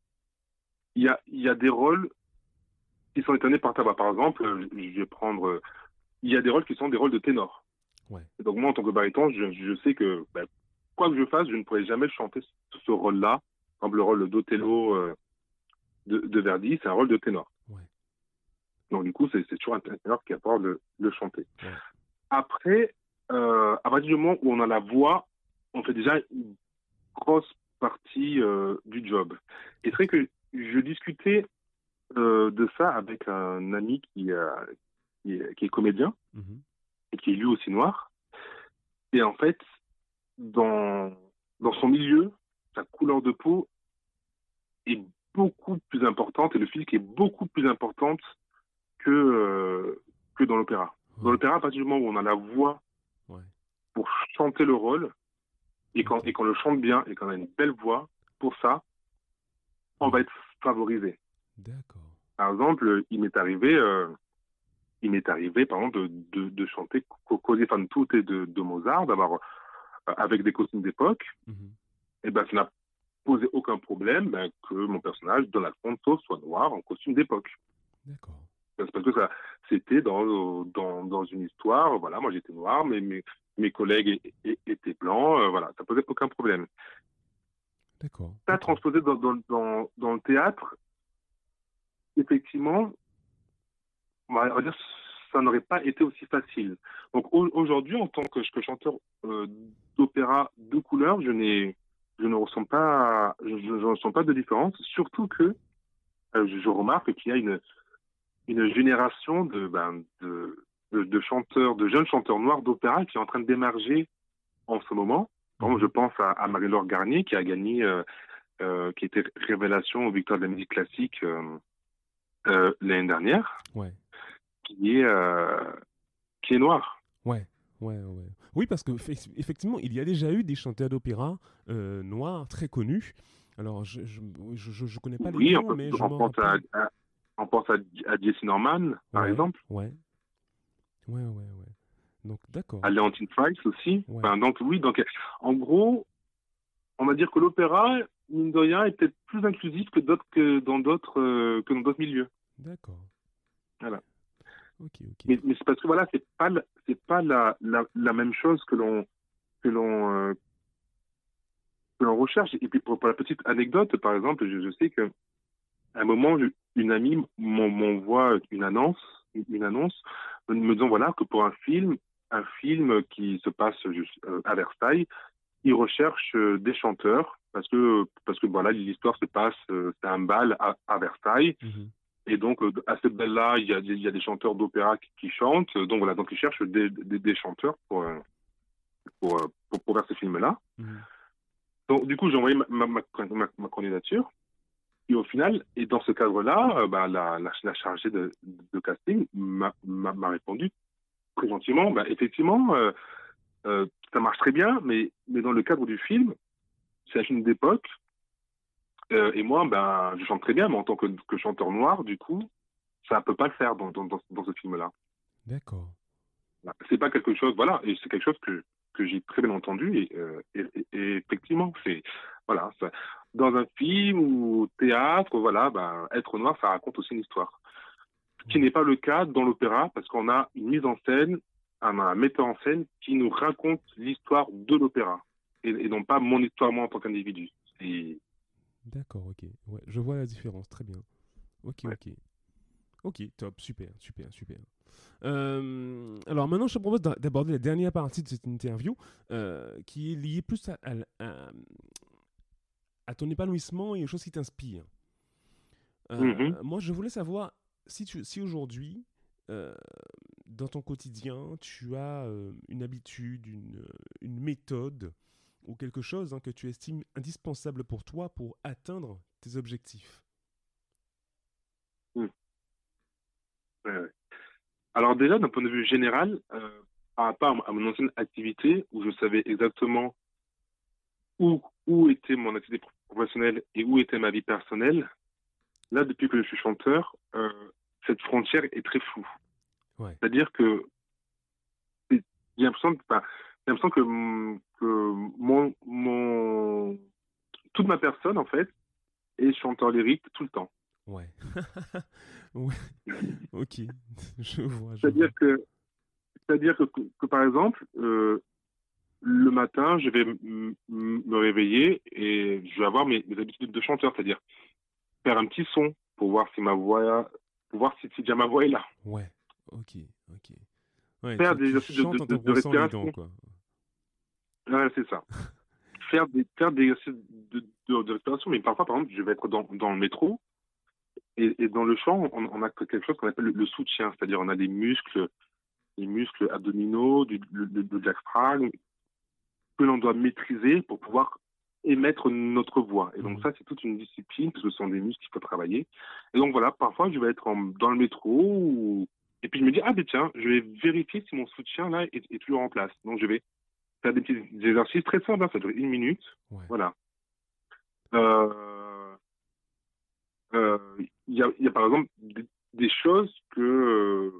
il y a, il y a des rôles qui sont étonnés par ta voix. Par exemple, je, je vais prendre, euh, il y a des rôles qui sont des rôles de ténor. Ouais. Et donc moi, en tant que baryton, je, je sais que ben, quoi que je fasse, je ne pourrai jamais chanter ce, ce rôle-là. Par exemple, le rôle d'Othello euh, de, de Verdi, c'est un rôle de ténor. Ouais. Donc du coup, c'est c'est toujours un ténor qui a pouvoir de le chanter. Ouais. Après, euh, à partir du moment où on a la voix, on fait déjà une grosse partie euh, du job. Et c'est vrai que je discutais euh, de ça avec un ami qui, euh, qui, est, qui est comédien Mhm. et qui est lui aussi noir. Et en fait, dans, dans son milieu, sa couleur de peau est beaucoup plus importante et le physique est beaucoup plus importante que, euh, que dans l'opéra. Dans Ouais. l'opéra, à partir du moment où on a la voix Ouais. pour chanter le rôle, et quand, Ok. et qu'on le chante bien et qu'on a une belle voix, pour ça, on va Ouais. être favorisé. D'accord. Par exemple, il m'est arrivé, euh, il m'est arrivé, par exemple, de, de, de chanter Così fan tutte de, de Mozart, d'avoir, euh, avec des costumes d'époque, Mhm. et ben, ça n'a posé aucun problème ben, que mon personnage, Don Alfonso, soit noir en costume d'époque. D'accord. C'est parce que ça, c'était dans, dans, dans une histoire, voilà, moi j'étais noir, mais mes, mes collègues étaient blancs, euh, voilà, ça posait aucun problème. D'accord. Ça, Ok. transposé dans, dans, dans, dans le théâtre, effectivement, on va, on va dire, ça n'aurait pas été aussi facile. Donc au, aujourd'hui, en tant que, que chanteur euh, d'opéra de couleur, je n'ai, je ne ressens pas, je, je ne ressens pas de différence. Surtout que euh, je, je remarque qu'il y a une, une génération de, ben, de, de, de chanteurs, de jeunes chanteurs noirs d'opéra qui est en train d'émerger en ce moment. Par exemple, je Mhm. pense à, à Marie-Laure Garnier qui a gagné, euh, euh, qui était révélation aux Victoires de la musique classique euh, euh, l'année dernière, Ouais. qui est, euh, qui est noire. Ouais. Ouais. Ouais. Oui, parce que fait- effectivement, il y a déjà eu des chanteurs d'opéra euh, noirs très connus. Alors, je je, je, je- je connais pas les Oui, on, noms, peut, mais je on m'en pense à, rappelle. à- on pense à, à Jesse Norman, par Ouais. exemple, Ouais. Ouais. Ouais. Ouais. Donc, d'accord. à Ok. Leontine Price aussi. Ouais. Enfin, donc oui, donc en gros, on va dire que l'opéra, mine de rien, est peut-être plus inclusif que d'autres que dans d'autres euh, que dans d'autres milieux. D'accord. Voilà. Ok. Ok. Mais, mais c'est parce que voilà, c'est pas la- c'est pas la, la, la même chose que l'on que l'on euh, que l'on recherche. Et puis pour, pour la petite anecdote, par exemple, je, je sais que à un moment, je- une amie m'en- m'envoie une annonce, une annonce, me disant voilà que pour un film, un film qui se passe juste, euh, à Versailles, ils recherchent euh, des chanteurs parce que parce que voilà l'histoire se passe, euh, c'est un bal à, à Versailles Mhm. et donc euh, à cette bal-là il y a, il y a des chanteurs d'opéra qui, qui chantent, donc voilà donc ils cherchent des, des, des chanteurs pour euh, pour, euh, pour, pour faire ce film-là. Mhm. Donc, du coup, j'ai envoyé ma, ma, ma, ma- ma candidature. Et au final, et dans ce cadre-là, euh, bah, la, la, la chargée de, de casting m'a m'a- m'a répondu très gentiment, bah, effectivement, euh, euh, ça marche très bien, mais, mais dans le cadre du film, c'est un film d'époque. Euh, et moi, ben, je chante très bien, mais en tant que, que chanteur noir, du coup, ça peut pas le faire dans, dans, dans, dans ce film-là. D'accord. Voilà. C'est pas quelque chose, voilà, et c'est quelque chose que, que j'ai très bien entendu, et, euh, et, et- et effectivement, c'est, voilà, ça, dans un film ou au théâtre, voilà, ben, être noir, ça raconte aussi une histoire. Ce qui Ouais. n'est pas le cas dans l'opéra, parce qu'on a une mise en scène, un, un metteur en scène qui nous raconte l'histoire de l'opéra, et, et non pas mon histoire, moi, en tant qu'individu. Et, D'accord, ok. Ouais, je vois la différence, très bien. Ok, ouais. ok. Ok, top, super, super, super. Euh, alors maintenant, je te propose d'a- d'aborder la dernière partie de cette interview, euh, qui est liée plus à, à l- à- à ton épanouissement et aux choses qui t'inspirent. Mhm. Euh, moi, je voulais savoir si, tu, si aujourd'hui, euh, dans ton quotidien, tu as euh, une habitude, une, euh, une méthode ou quelque chose hein, que tu estimes indispensable pour toi pour atteindre tes objectifs. Mhm. Ouais, ouais. Alors déjà, d'un point de vue général, euh, par rapport à mon ancienne activité, où je savais exactement où, où était mon activité pro- professionnelle et où était ma vie personnelle, là, depuis que je suis chanteur, euh, cette frontière est très floue. Ouais, C'est-à-dire que c'est- j'ai l'impression que, enfin, j'ai l'impression que, hum, que mon, mon, toute ma personne, en fait, est chanteur lyrique tout le temps. ouais. Ouais, ok. Je vois, je C'est-à-dire vois. que, c'est-à-dire que, que, que, par exemple, euh, le matin, je vais m- m- me réveiller et je vais avoir mes, mes habitudes de chanteur, c'est-à-dire faire un petit son pour voir si ma voix, pour voir si, si déjà ma voix est là. Ouais, ok, ok. Ouais, Faire tu, des tu exercices de, chantes de, en te de, de brossant les dents, respiration. quoi. Ouais, c'est ça. Faire des, faire des exercices de, de, de respiration, mais parfois, par exemple, je vais être dans, dans le métro et, et dans le chant, on, on a quelque chose qu'on appelle le, le soutien, c'est-à-dire on a des muscles, des muscles abdominaux, du, le, le, le diaphragme, que l'on doit maîtriser pour pouvoir émettre notre voix. Et donc Mhm. ça, c'est toute une discipline, parce que ce sont des muscles qu'il faut travailler. Et donc voilà, parfois, je vais être en- dans le métro, ou- et puis je me dis, ah ben tiens, je vais vérifier si mon soutien là est, est toujours en place. Donc je vais faire des petits exercices très simples, hein, ça dure une minute. Ouais, Voilà. Euh, euh, Il y, a, il y a par exemple des, des choses que, euh,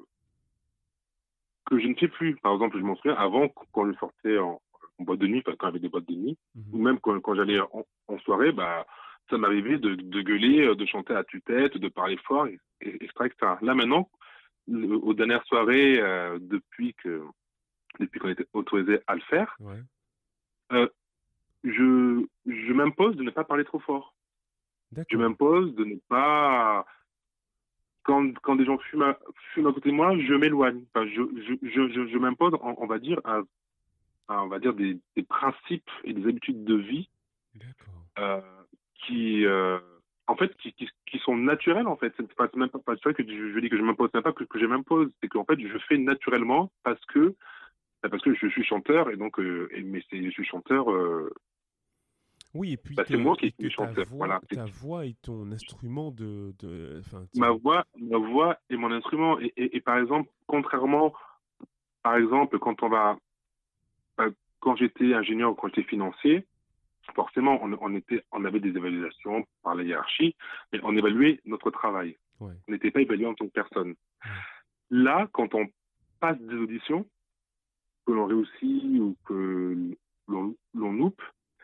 que je ne fais plus. Par exemple, je m'en souviens, avant, quand je sortais en, en boîte de nuit, enfin, quand il y avait des boîtes de nuit, ou mhm. même quand, quand j'allais en, en soirée, bah, ça m'arrivait de, de gueuler, de chanter à tue-tête, de parler fort, et, et, et cetera. Là, maintenant, le- aux dernières soirées, euh, depuis que, depuis qu'on était autorisé à le faire, Ouais, euh, je, je m'impose de ne pas parler trop fort. Je d'accord. m'impose de ne pas, quand, quand des gens fument à, fument à côté de moi, je m'éloigne. Enfin, je, je, je, je, je m'impose, on, on va dire, un à, on va dire, des, des principes et des habitudes de vie D'accord. euh, qui, euh, en fait, qui, qui, qui sont naturelles, en fait. C'est pas, c'est même pas, pas c'est vrai que je, je dis que je m'impose, c'est pas que, que je m'impose, c'est qu'en fait, je fais naturellement parce que, parce que je suis chanteur, et donc, euh, et, mais c'est, je suis chanteur, euh, Oui, et puis bah, c'est que, moi qui et que suis ta chanteur. voix, Voilà. C'est ta voix est ton instrument de, de, enfin, ma ton- voix, ma voix est mon instrument. Et, et, et par exemple, contrairement, par exemple, quand on va, euh, quand j'étais ingénieur ou quand j'étais financier, forcément, on, on, était, on avait des évaluations par la hiérarchie, mais on évaluait notre travail. ouais, On n'était pas évalué en tant que personne. ouais, Là, quand on passe des auditions, que l'on réussit ou que l'on, l'on loupe,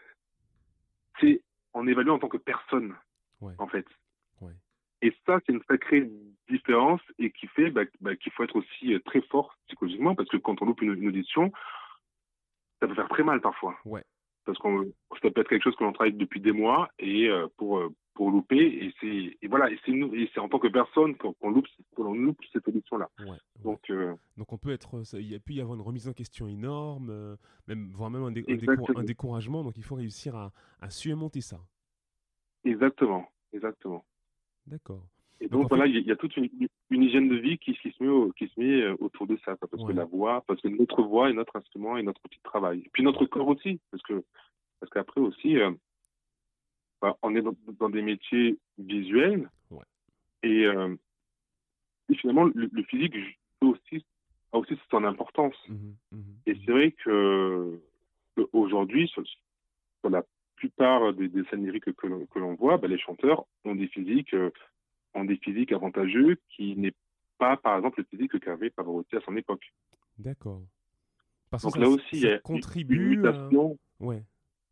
c'est on évalue en tant que personne, ouais, en fait. ouais. Et ça, c'est une sacrée différence et qui fait bah, bah, qu'il faut être aussi euh, très fort psychologiquement, parce que quand on loupe une, une audition, ça peut faire très mal parfois. Ouais. Parce qu'on ça peut être quelque chose que l'on travaille depuis des mois et euh, pour euh, pour louper et c'est et voilà et c'est nous et c'est en tant que personne qu'on qu'on loupe qu'on loupe cette audition là. Ouais, ouais. Donc euh, Donc on peut être, ça- il y a pu y avoir une remise en question énorme, euh, même voire même un, dé- un, décour- un exactement, découragement. Donc il faut réussir à, à surmonter ça. exactement, exactement. D'accord. Et Donc donc en fait, voilà, il y, a il y a toute une, une hygiène de vie qui, qui se met, au- qui se met euh, autour de ça, quoi, parce que ouais, la voix, parce que notre voix est notre instrument et notre outil de travail. Et puis notre corps aussi, parce que parce qu'après aussi, euh, bah, on est dans, dans des métiers visuels ouais. et, euh, et finalement le, le physique joue aussi a aussi son importance. Mhm, mhm, Et mhm. c'est vrai que, que aujourd'hui, sur, sur la plupart des, des scènes lyriques que, que l'on que l'on voit, bah, les chanteurs ont des physiques euh, ont des physiques avantageux qui n'est pas, par exemple, le physique qu'avait Pavarotti à son époque. D'accord. Parce que Donc ça, là aussi, il y ça a une contribue à... mutation. Ouais,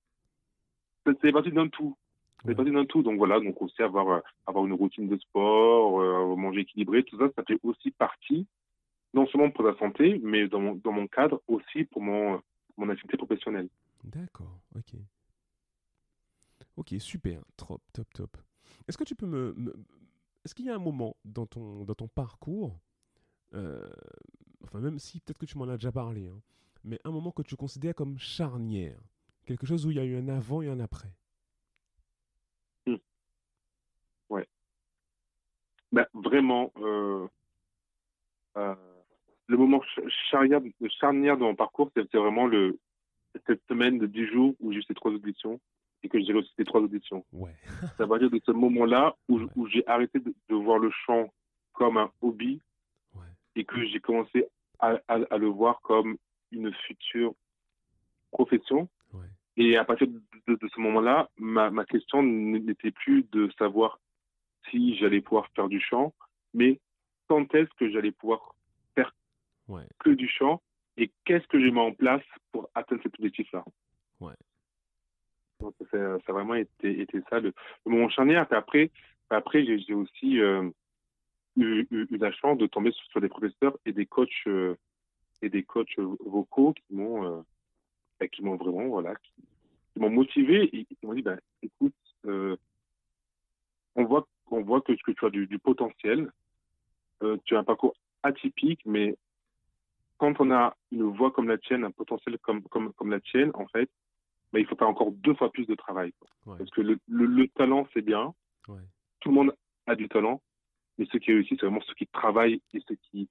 Ça fait partie d'un tout. Ça fait ouais. partie d'un tout. Donc voilà, donc aussi avoir, euh, avoir une routine de sport, euh, manger équilibré, tout ça, ça fait aussi partie, non seulement pour la santé, mais dans mon, dans mon cadre aussi pour mon, mon activité professionnelle. D'accord, ok. Ok, super, top, top, top. Est-ce que tu peux me... me- Est-ce qu'il y a un moment dans ton, dans ton parcours, euh, enfin même si peut-être que tu m'en as déjà parlé, hein, mais un moment que tu considères comme charnière, quelque chose où il y a eu un avant et un après. Hmm, ouais. Ben, vraiment, euh, euh, le moment ch- charnière, charnière de mon parcours, c'est c'est vraiment le, cette semaine de dix jours où j'ai eu ces trois auditions et que j'ai reçu ces trois auditions. Ouais, C'est à partir de ce moment-là où, ouais, où j'ai arrêté de, de voir le chant comme un hobby ouais, et que j'ai commencé à, à, à le voir comme une future profession. ouais, Et à partir de, de, de ce moment-là, ma, ma question n'était plus de savoir si j'allais pouvoir faire du chant, mais quand est-ce que j'allais pouvoir faire ouais, que du chant et qu'est-ce que je mets en place pour atteindre cet objectif-là. ouais. Donc, ça, ça a vraiment été, été ça le, le moment charnière. Puis après, après j'ai j'ai aussi euh, eu, eu, eu la chance de tomber sur, sur des professeurs et des coachs euh, et des coachs vocaux qui m'ont euh, bah, qui m'ont vraiment voilà qui, qui m'ont motivé et qui m'ont dit bah, écoute euh, on voit on voit que, que tu as du, du potentiel, euh, tu as un parcours atypique, mais quand on a une voix comme la tienne, un potentiel comme comme comme la tienne, en fait, bah, il faut faire encore deux fois plus de travail, quoi. Ouais, Parce que le, le, le talent c'est bien, ouais, tout le monde a du talent, mais ceux qui réussissent c'est vraiment ceux qui travaillent et ceux qui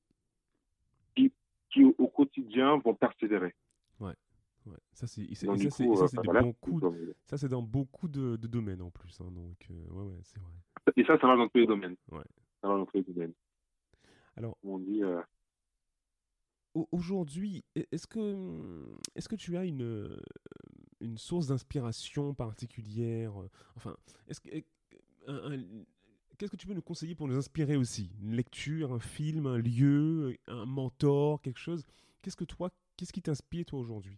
qui, qui au, au quotidien vont persévérer. ouais, ouais. Ça c'est et c'est et Donc ça du c'est et coup, ça euh, c'est bah, de voilà. beaucoup ça c'est dans beaucoup de, de domaines en plus, hein, donc euh, ouais ouais c'est vrai. Et ça, ça va dans tous les domaines. Ouais. Ça va dans tous les domaines. Alors Comme on dit, euh, au- aujourd'hui, e- est-ce que est-ce que tu as une euh, une source d'inspiration particulière, euh, enfin est-ce que un- un- qu'est-ce que tu peux nous conseiller pour nous inspirer aussi? Une lecture, un film, un lieu, un mentor, quelque chose? Qu'est-ce que toi, qu'est-ce qui t'inspire toi aujourd'hui?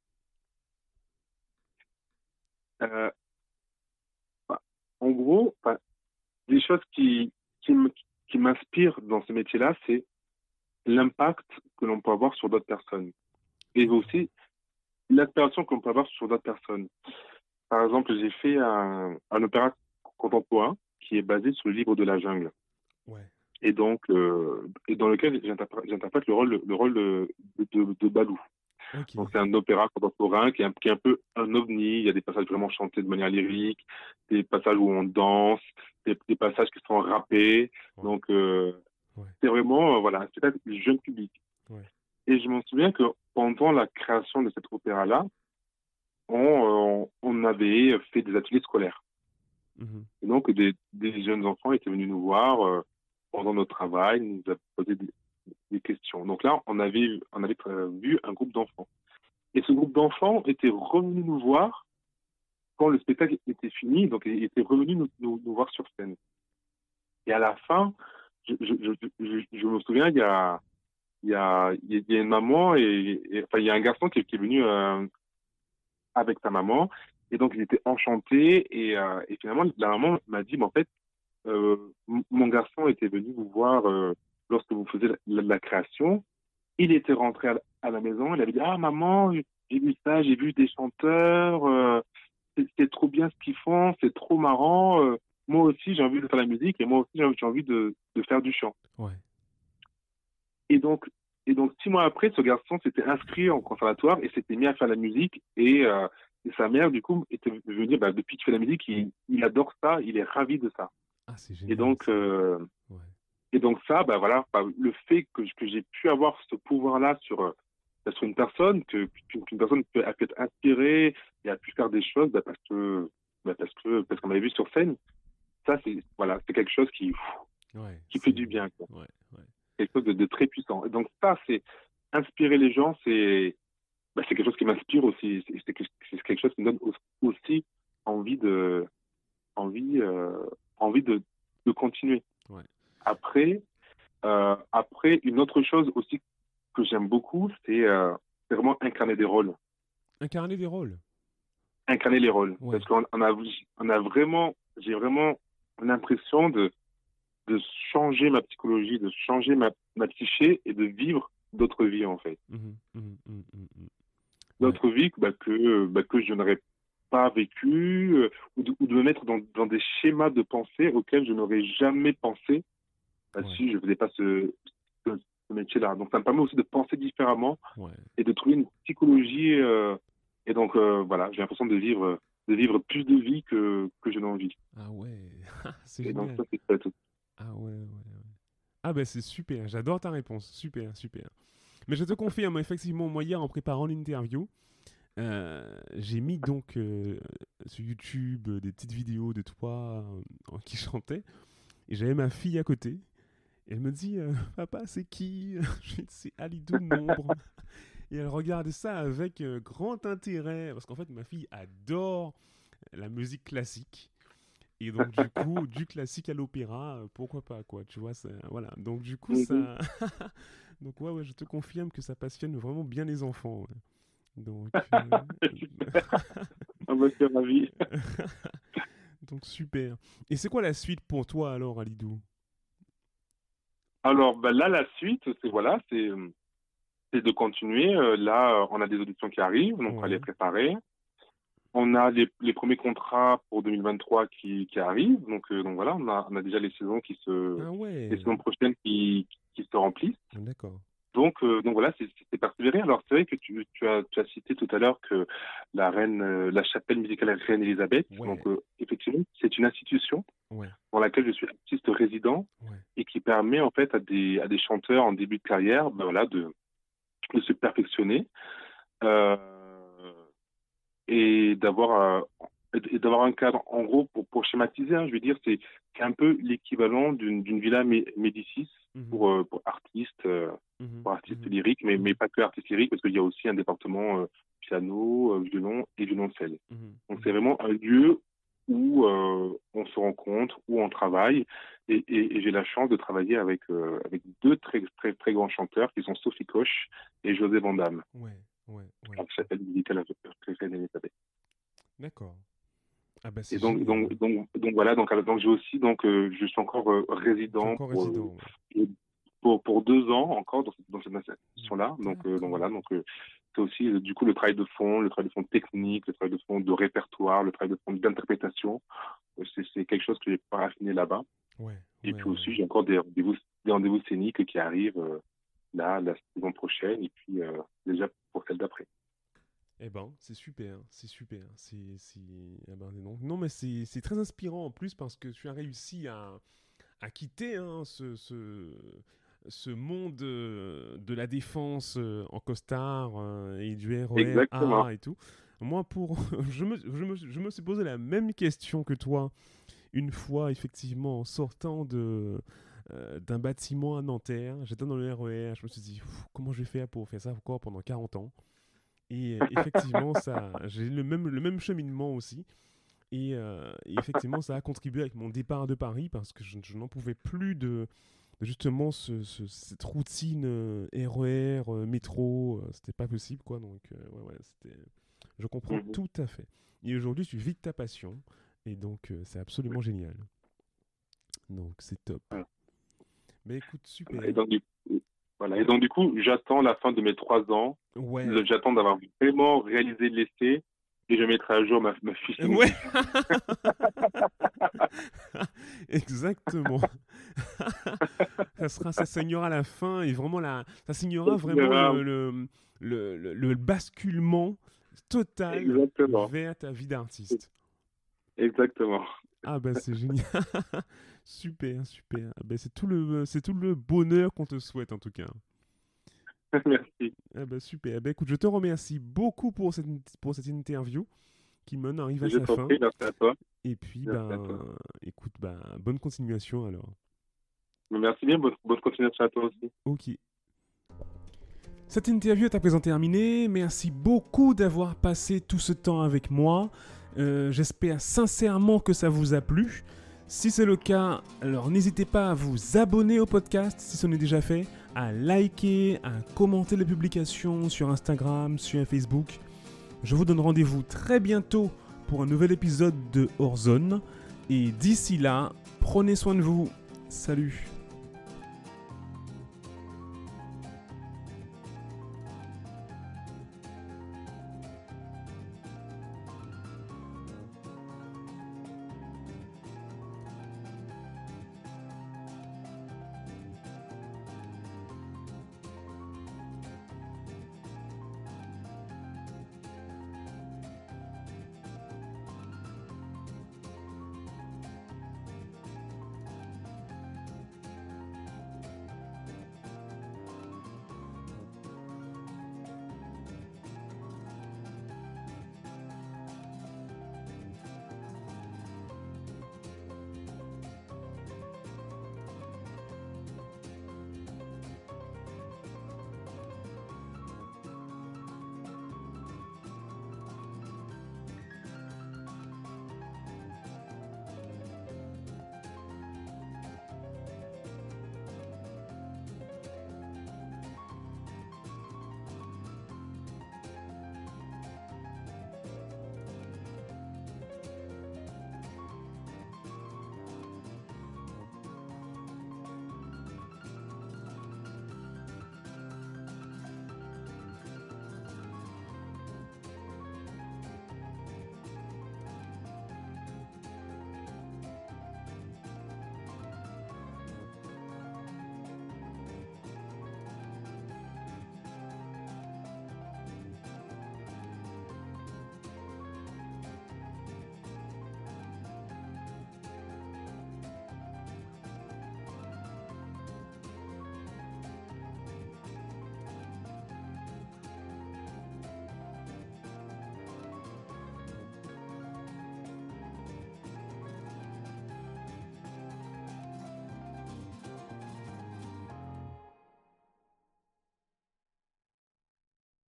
euh, bah, en gros, bah, des choses qui, qui me- qui m'inspirent dans ce métier-là, c'est l'impact que l'on peut avoir sur d'autres personnes. Et D'accord. aussi l'inspiration que l'on peut avoir sur d'autres personnes. Par exemple, j'ai fait un, un opéra contemporain qui est basé sur le livre de la jungle. Ouais. Et donc, euh, et dans lequel j'interprète j'interprète le rôle, le rôle de, de, de Balou. Ok. Donc c'est un opéra contemporain qui est, un, qui est un peu un ovni. Il y a des passages vraiment chantés de manière lyrique, des passages où on danse, des, des passages qui sont rappés. Ouais. Donc euh, Ouais. c'est vraiment euh, voilà, un spectacle du jeune public. Ouais. Et je m'en souviens que pendant la création de cet opéra-là, on, euh, on avait fait des ateliers scolaires. Mhm. Et donc des, des jeunes enfants étaient venus nous voir euh, pendant notre travail, nous avaient posé des, des questions. Donc là, on avait, on avait euh, vu un groupe d'enfants. Et ce groupe d'enfants était revenu nous voir quand le spectacle était fini, donc il était revenu nous, nous, nous voir sur scène. Et à la fin, je, je, je, je, je me souviens, il y a, il y a, il y a une maman et, et enfin il y a un garçon qui, qui est venu euh, avec sa maman, et donc ils étaient enchantés et, euh, et finalement la maman m'a dit, mais en fait, euh, m- mon garçon était venu vous voir euh, lorsque vous faisiez la, la, la création. Il était rentré à la, à la maison, il avait dit, ah maman, j'ai vu ça, j'ai vu des chanteurs. Euh, c'est c'est trop bien ce qu'ils font, c'est trop marrant. Euh, moi aussi, j'ai envie de faire la musique et moi aussi, j'ai j'ai envie de, de faire du chant. Ouais. Et donc, et donc, six mois après, ce garçon s'était inscrit en conservatoire et s'était mis à faire la musique. Et, euh, et sa mère, du coup, était venue, bah, depuis qu'il fait la musique, il, il adore ça, il est ravi de ça. Ah, c'est Et génial donc, ça. euh, Ouais. et donc ça, bah voilà, bah, le fait que, que j'ai pu avoir ce pouvoir-là sur, euh, bah, sur une personne, que qu'une qu'une personne peut, a pu être inspirée et a pu faire des choses, bah, parce que, bah, parce que, parce qu'on m'avait vu sur scène, ça, c'est, voilà, c'est quelque chose qui, Ouais, qui fait c'est... du bien, quoi. Ouais, ouais. Quelque chose de, de très puissant. Et donc ça, c'est inspirer les gens, c'est, bah, c'est quelque chose qui m'inspire aussi. C'est c'est que- c'est quelque chose qui me donne au- aussi envie de, envie, euh, envie de, de continuer. Ouais. Après, euh, après, une autre chose aussi que j'aime beaucoup, c'est euh, c'est vraiment incarner des rôles. Incarner des rôles. Incarner les rôles. Parce Ouais. qu'on on a, on a vraiment, j'ai vraiment l'impression de, de changer ma psychologie, de changer ma, ma psyché et de vivre d'autres vies, en fait. Mhm, mhm, mhm, mhm, mhm. Ouais. D'autres vies bah, que, bah, que je n'aurais pas vécues, euh, ou, de, ou de me mettre dans, dans des schémas de pensée auxquels je n'aurais jamais pensé bah, Ouais. si je ne faisais pas ce, ce, ce métier-là. Donc ça me permet aussi de penser différemment Ouais. et de trouver une psychologie. Euh, et donc euh, voilà, j'ai l'impression de vivre, de vivre plus de vie que, que je n'en vis. Ah ouais. C'est Et donc génial. ça, c'est ça tout. Ah ouais, ouais, ouais. Ah ben c'est super. J'adore ta réponse. Super, super. Mais je te confirme, effectivement, moi hier en préparant l'interview, euh, j'ai mis donc euh, sur YouTube euh, des petites vidéos de toi euh, qui chantais. Et j'avais ma fille à côté. Et elle me dit, euh, papa, c'est qui? Je lui dis, c'est Alidou Nombre. Et elle regarde ça avec euh, grand intérêt. Parce qu'en fait, ma fille adore la musique classique. Et donc, du coup, du classique à l'opéra, euh, pourquoi pas, quoi, tu vois, ça, voilà. Donc, du coup, Mhm. ça... donc, ouais, ouais, je te confirme que ça passionne vraiment bien les enfants, ouais. Donc, Ah bah, je suis ravi. euh, donc, super. Et c'est quoi la suite pour toi, alors, Alidou? Alors bah, là, la suite, c'est voilà, c'est c'est de continuer. Euh, là, on a des auditions qui arrivent, donc on va les Ouais. préparer. On a les, les premiers contrats pour deux mille vingt-trois qui, qui arrivent. Donc, euh, donc voilà, on a, on a déjà les saisons qui se, Ah les ouais. saisons prochaines qui, qui se remplissent. D'accord. Donc, euh, donc voilà, c'est c'est persévérer. Alors, c'est vrai que tu, tu as, tu as cité tout à l'heure que la reine, euh, la chapelle musicale Reine Elisabeth, donc Ouais. euh, effectivement, c'est une institution Ouais. dans laquelle je suis artiste résident Ouais. et qui permet en fait à des, à des chanteurs en début de carrière, ben voilà, de, de se perfectionner. Euh, et d'avoir euh, et d'avoir un cadre en gros pour, pour schématiser, hein, je veux dire c'est c'est un peu l'équivalent d'une d'une villa Mé- Médicis Mhm. pour euh, pour artistes euh, Mhm. pour artistes Mhm. lyriques, mais mais Mhm. pas que artistes lyriques parce qu'il y a aussi un département euh, piano, euh, violon et violoncelle. Mhm. Donc c'est Mhm. vraiment un lieu où euh, on se rencontre, où on travaille, et, et, et j'ai la chance de travailler avec euh, avec deux très très très grands chanteurs qui sont Sophie Koch et José Van Damme. Ouais. Ouais. Ouais. Donc, ça s'appelle Musical Elisabeth. D'accord. Ah bah c'est Et donc, génial. donc, donc, donc voilà, donc, alors, donc j'ai aussi, donc, euh, je suis encore euh, Tu es résident encore pour, euh, résident, ouais. pour, pour deux ans encore dans, cette- dans cette institution-là. Donc, euh, donc voilà, D'accord. donc euh, c'est aussi euh, du coup le travail de fond, le travail de fond technique, le travail de fond de répertoire, le travail de fond d'interprétation. Euh, C'est, c'est quelque chose que j'ai pas raffiné là-bas. Ouais. Et Ouais, puis ouais. aussi, j'ai encore des rendez-vous, des rendez-vous scéniques qui arrivent euh, là, la saison prochaine, et puis euh, déjà pour celle d'après. Eh ben, c'est super, c'est super. C'est, c'est... eh ben, non, non, mais c'est, c'est très inspirant en plus parce que tu as réussi à, à quitter hein, ce, ce, ce monde euh, de la défense euh, en costard euh, et du R E R Exactement. A et tout. Moi, pour, je me, je me, je me suis posé la même question que toi une fois, effectivement, en sortant de, euh, d'un bâtiment à Nanterre. J'étais dans le R E R, je me suis dit, Pff, comment je vais faire pour faire ça encore pendant quarante ans? Et euh, effectivement, ça, j'ai le même, le même cheminement aussi. Et, euh, et effectivement, ça a contribué avec mon départ de Paris parce que je, je n'en pouvais plus de, de justement ce, ce- cette routine euh, R E R, euh, métro. euh, c'était pas possible, quoi. Donc, euh, ouais, ouais, c'était... Je comprends Mhm. tout à fait. Et aujourd'hui, tu vis de ta passion. Et donc, euh, c'est absolument génial. Donc, c'est top. Voilà. Mais écoute, Et super. donc, du coup, voilà. Et donc, du coup, j'attends la fin de mes trois ans. Ouais. Le- J'attends d'avoir vraiment réalisé l'essai et je mettrai à jour ma, ma fiche Ouais. LinkedIn. Exactement. ça sera, ça signera la fin et vraiment la, ça signera vraiment Exactement. le, le, le, le- le basculement total Exactement. vers ta vie d'artiste. Exactement. Ah bah c'est génial. Super, super. Ben, c'est tout le, c'est tout le bonheur qu'on te souhaite en tout cas. Merci. Ah ben, super. Ben, écoute, je te remercie beaucoup pour cette, pour cette interview qui maintenant arrive à Je sa t'en fin. prie, merci à toi. Et puis, Merci à ben, toi. écoute, ben, bonne continuation alors. Merci bien, bonne, bonne continuation à toi aussi. Ok. Cette interview est à présent terminée. Merci beaucoup d'avoir passé tout ce temps avec moi. Euh, j'espère sincèrement que ça vous a plu. Si c'est le cas, alors n'hésitez pas à vous abonner au podcast si ce n'est déjà fait, à liker, à commenter les publications sur Instagram, sur Facebook. Je vous donne rendez-vous très bientôt pour un nouvel épisode de Hors Zone. Et d'ici là, prenez soin de vous. Salut!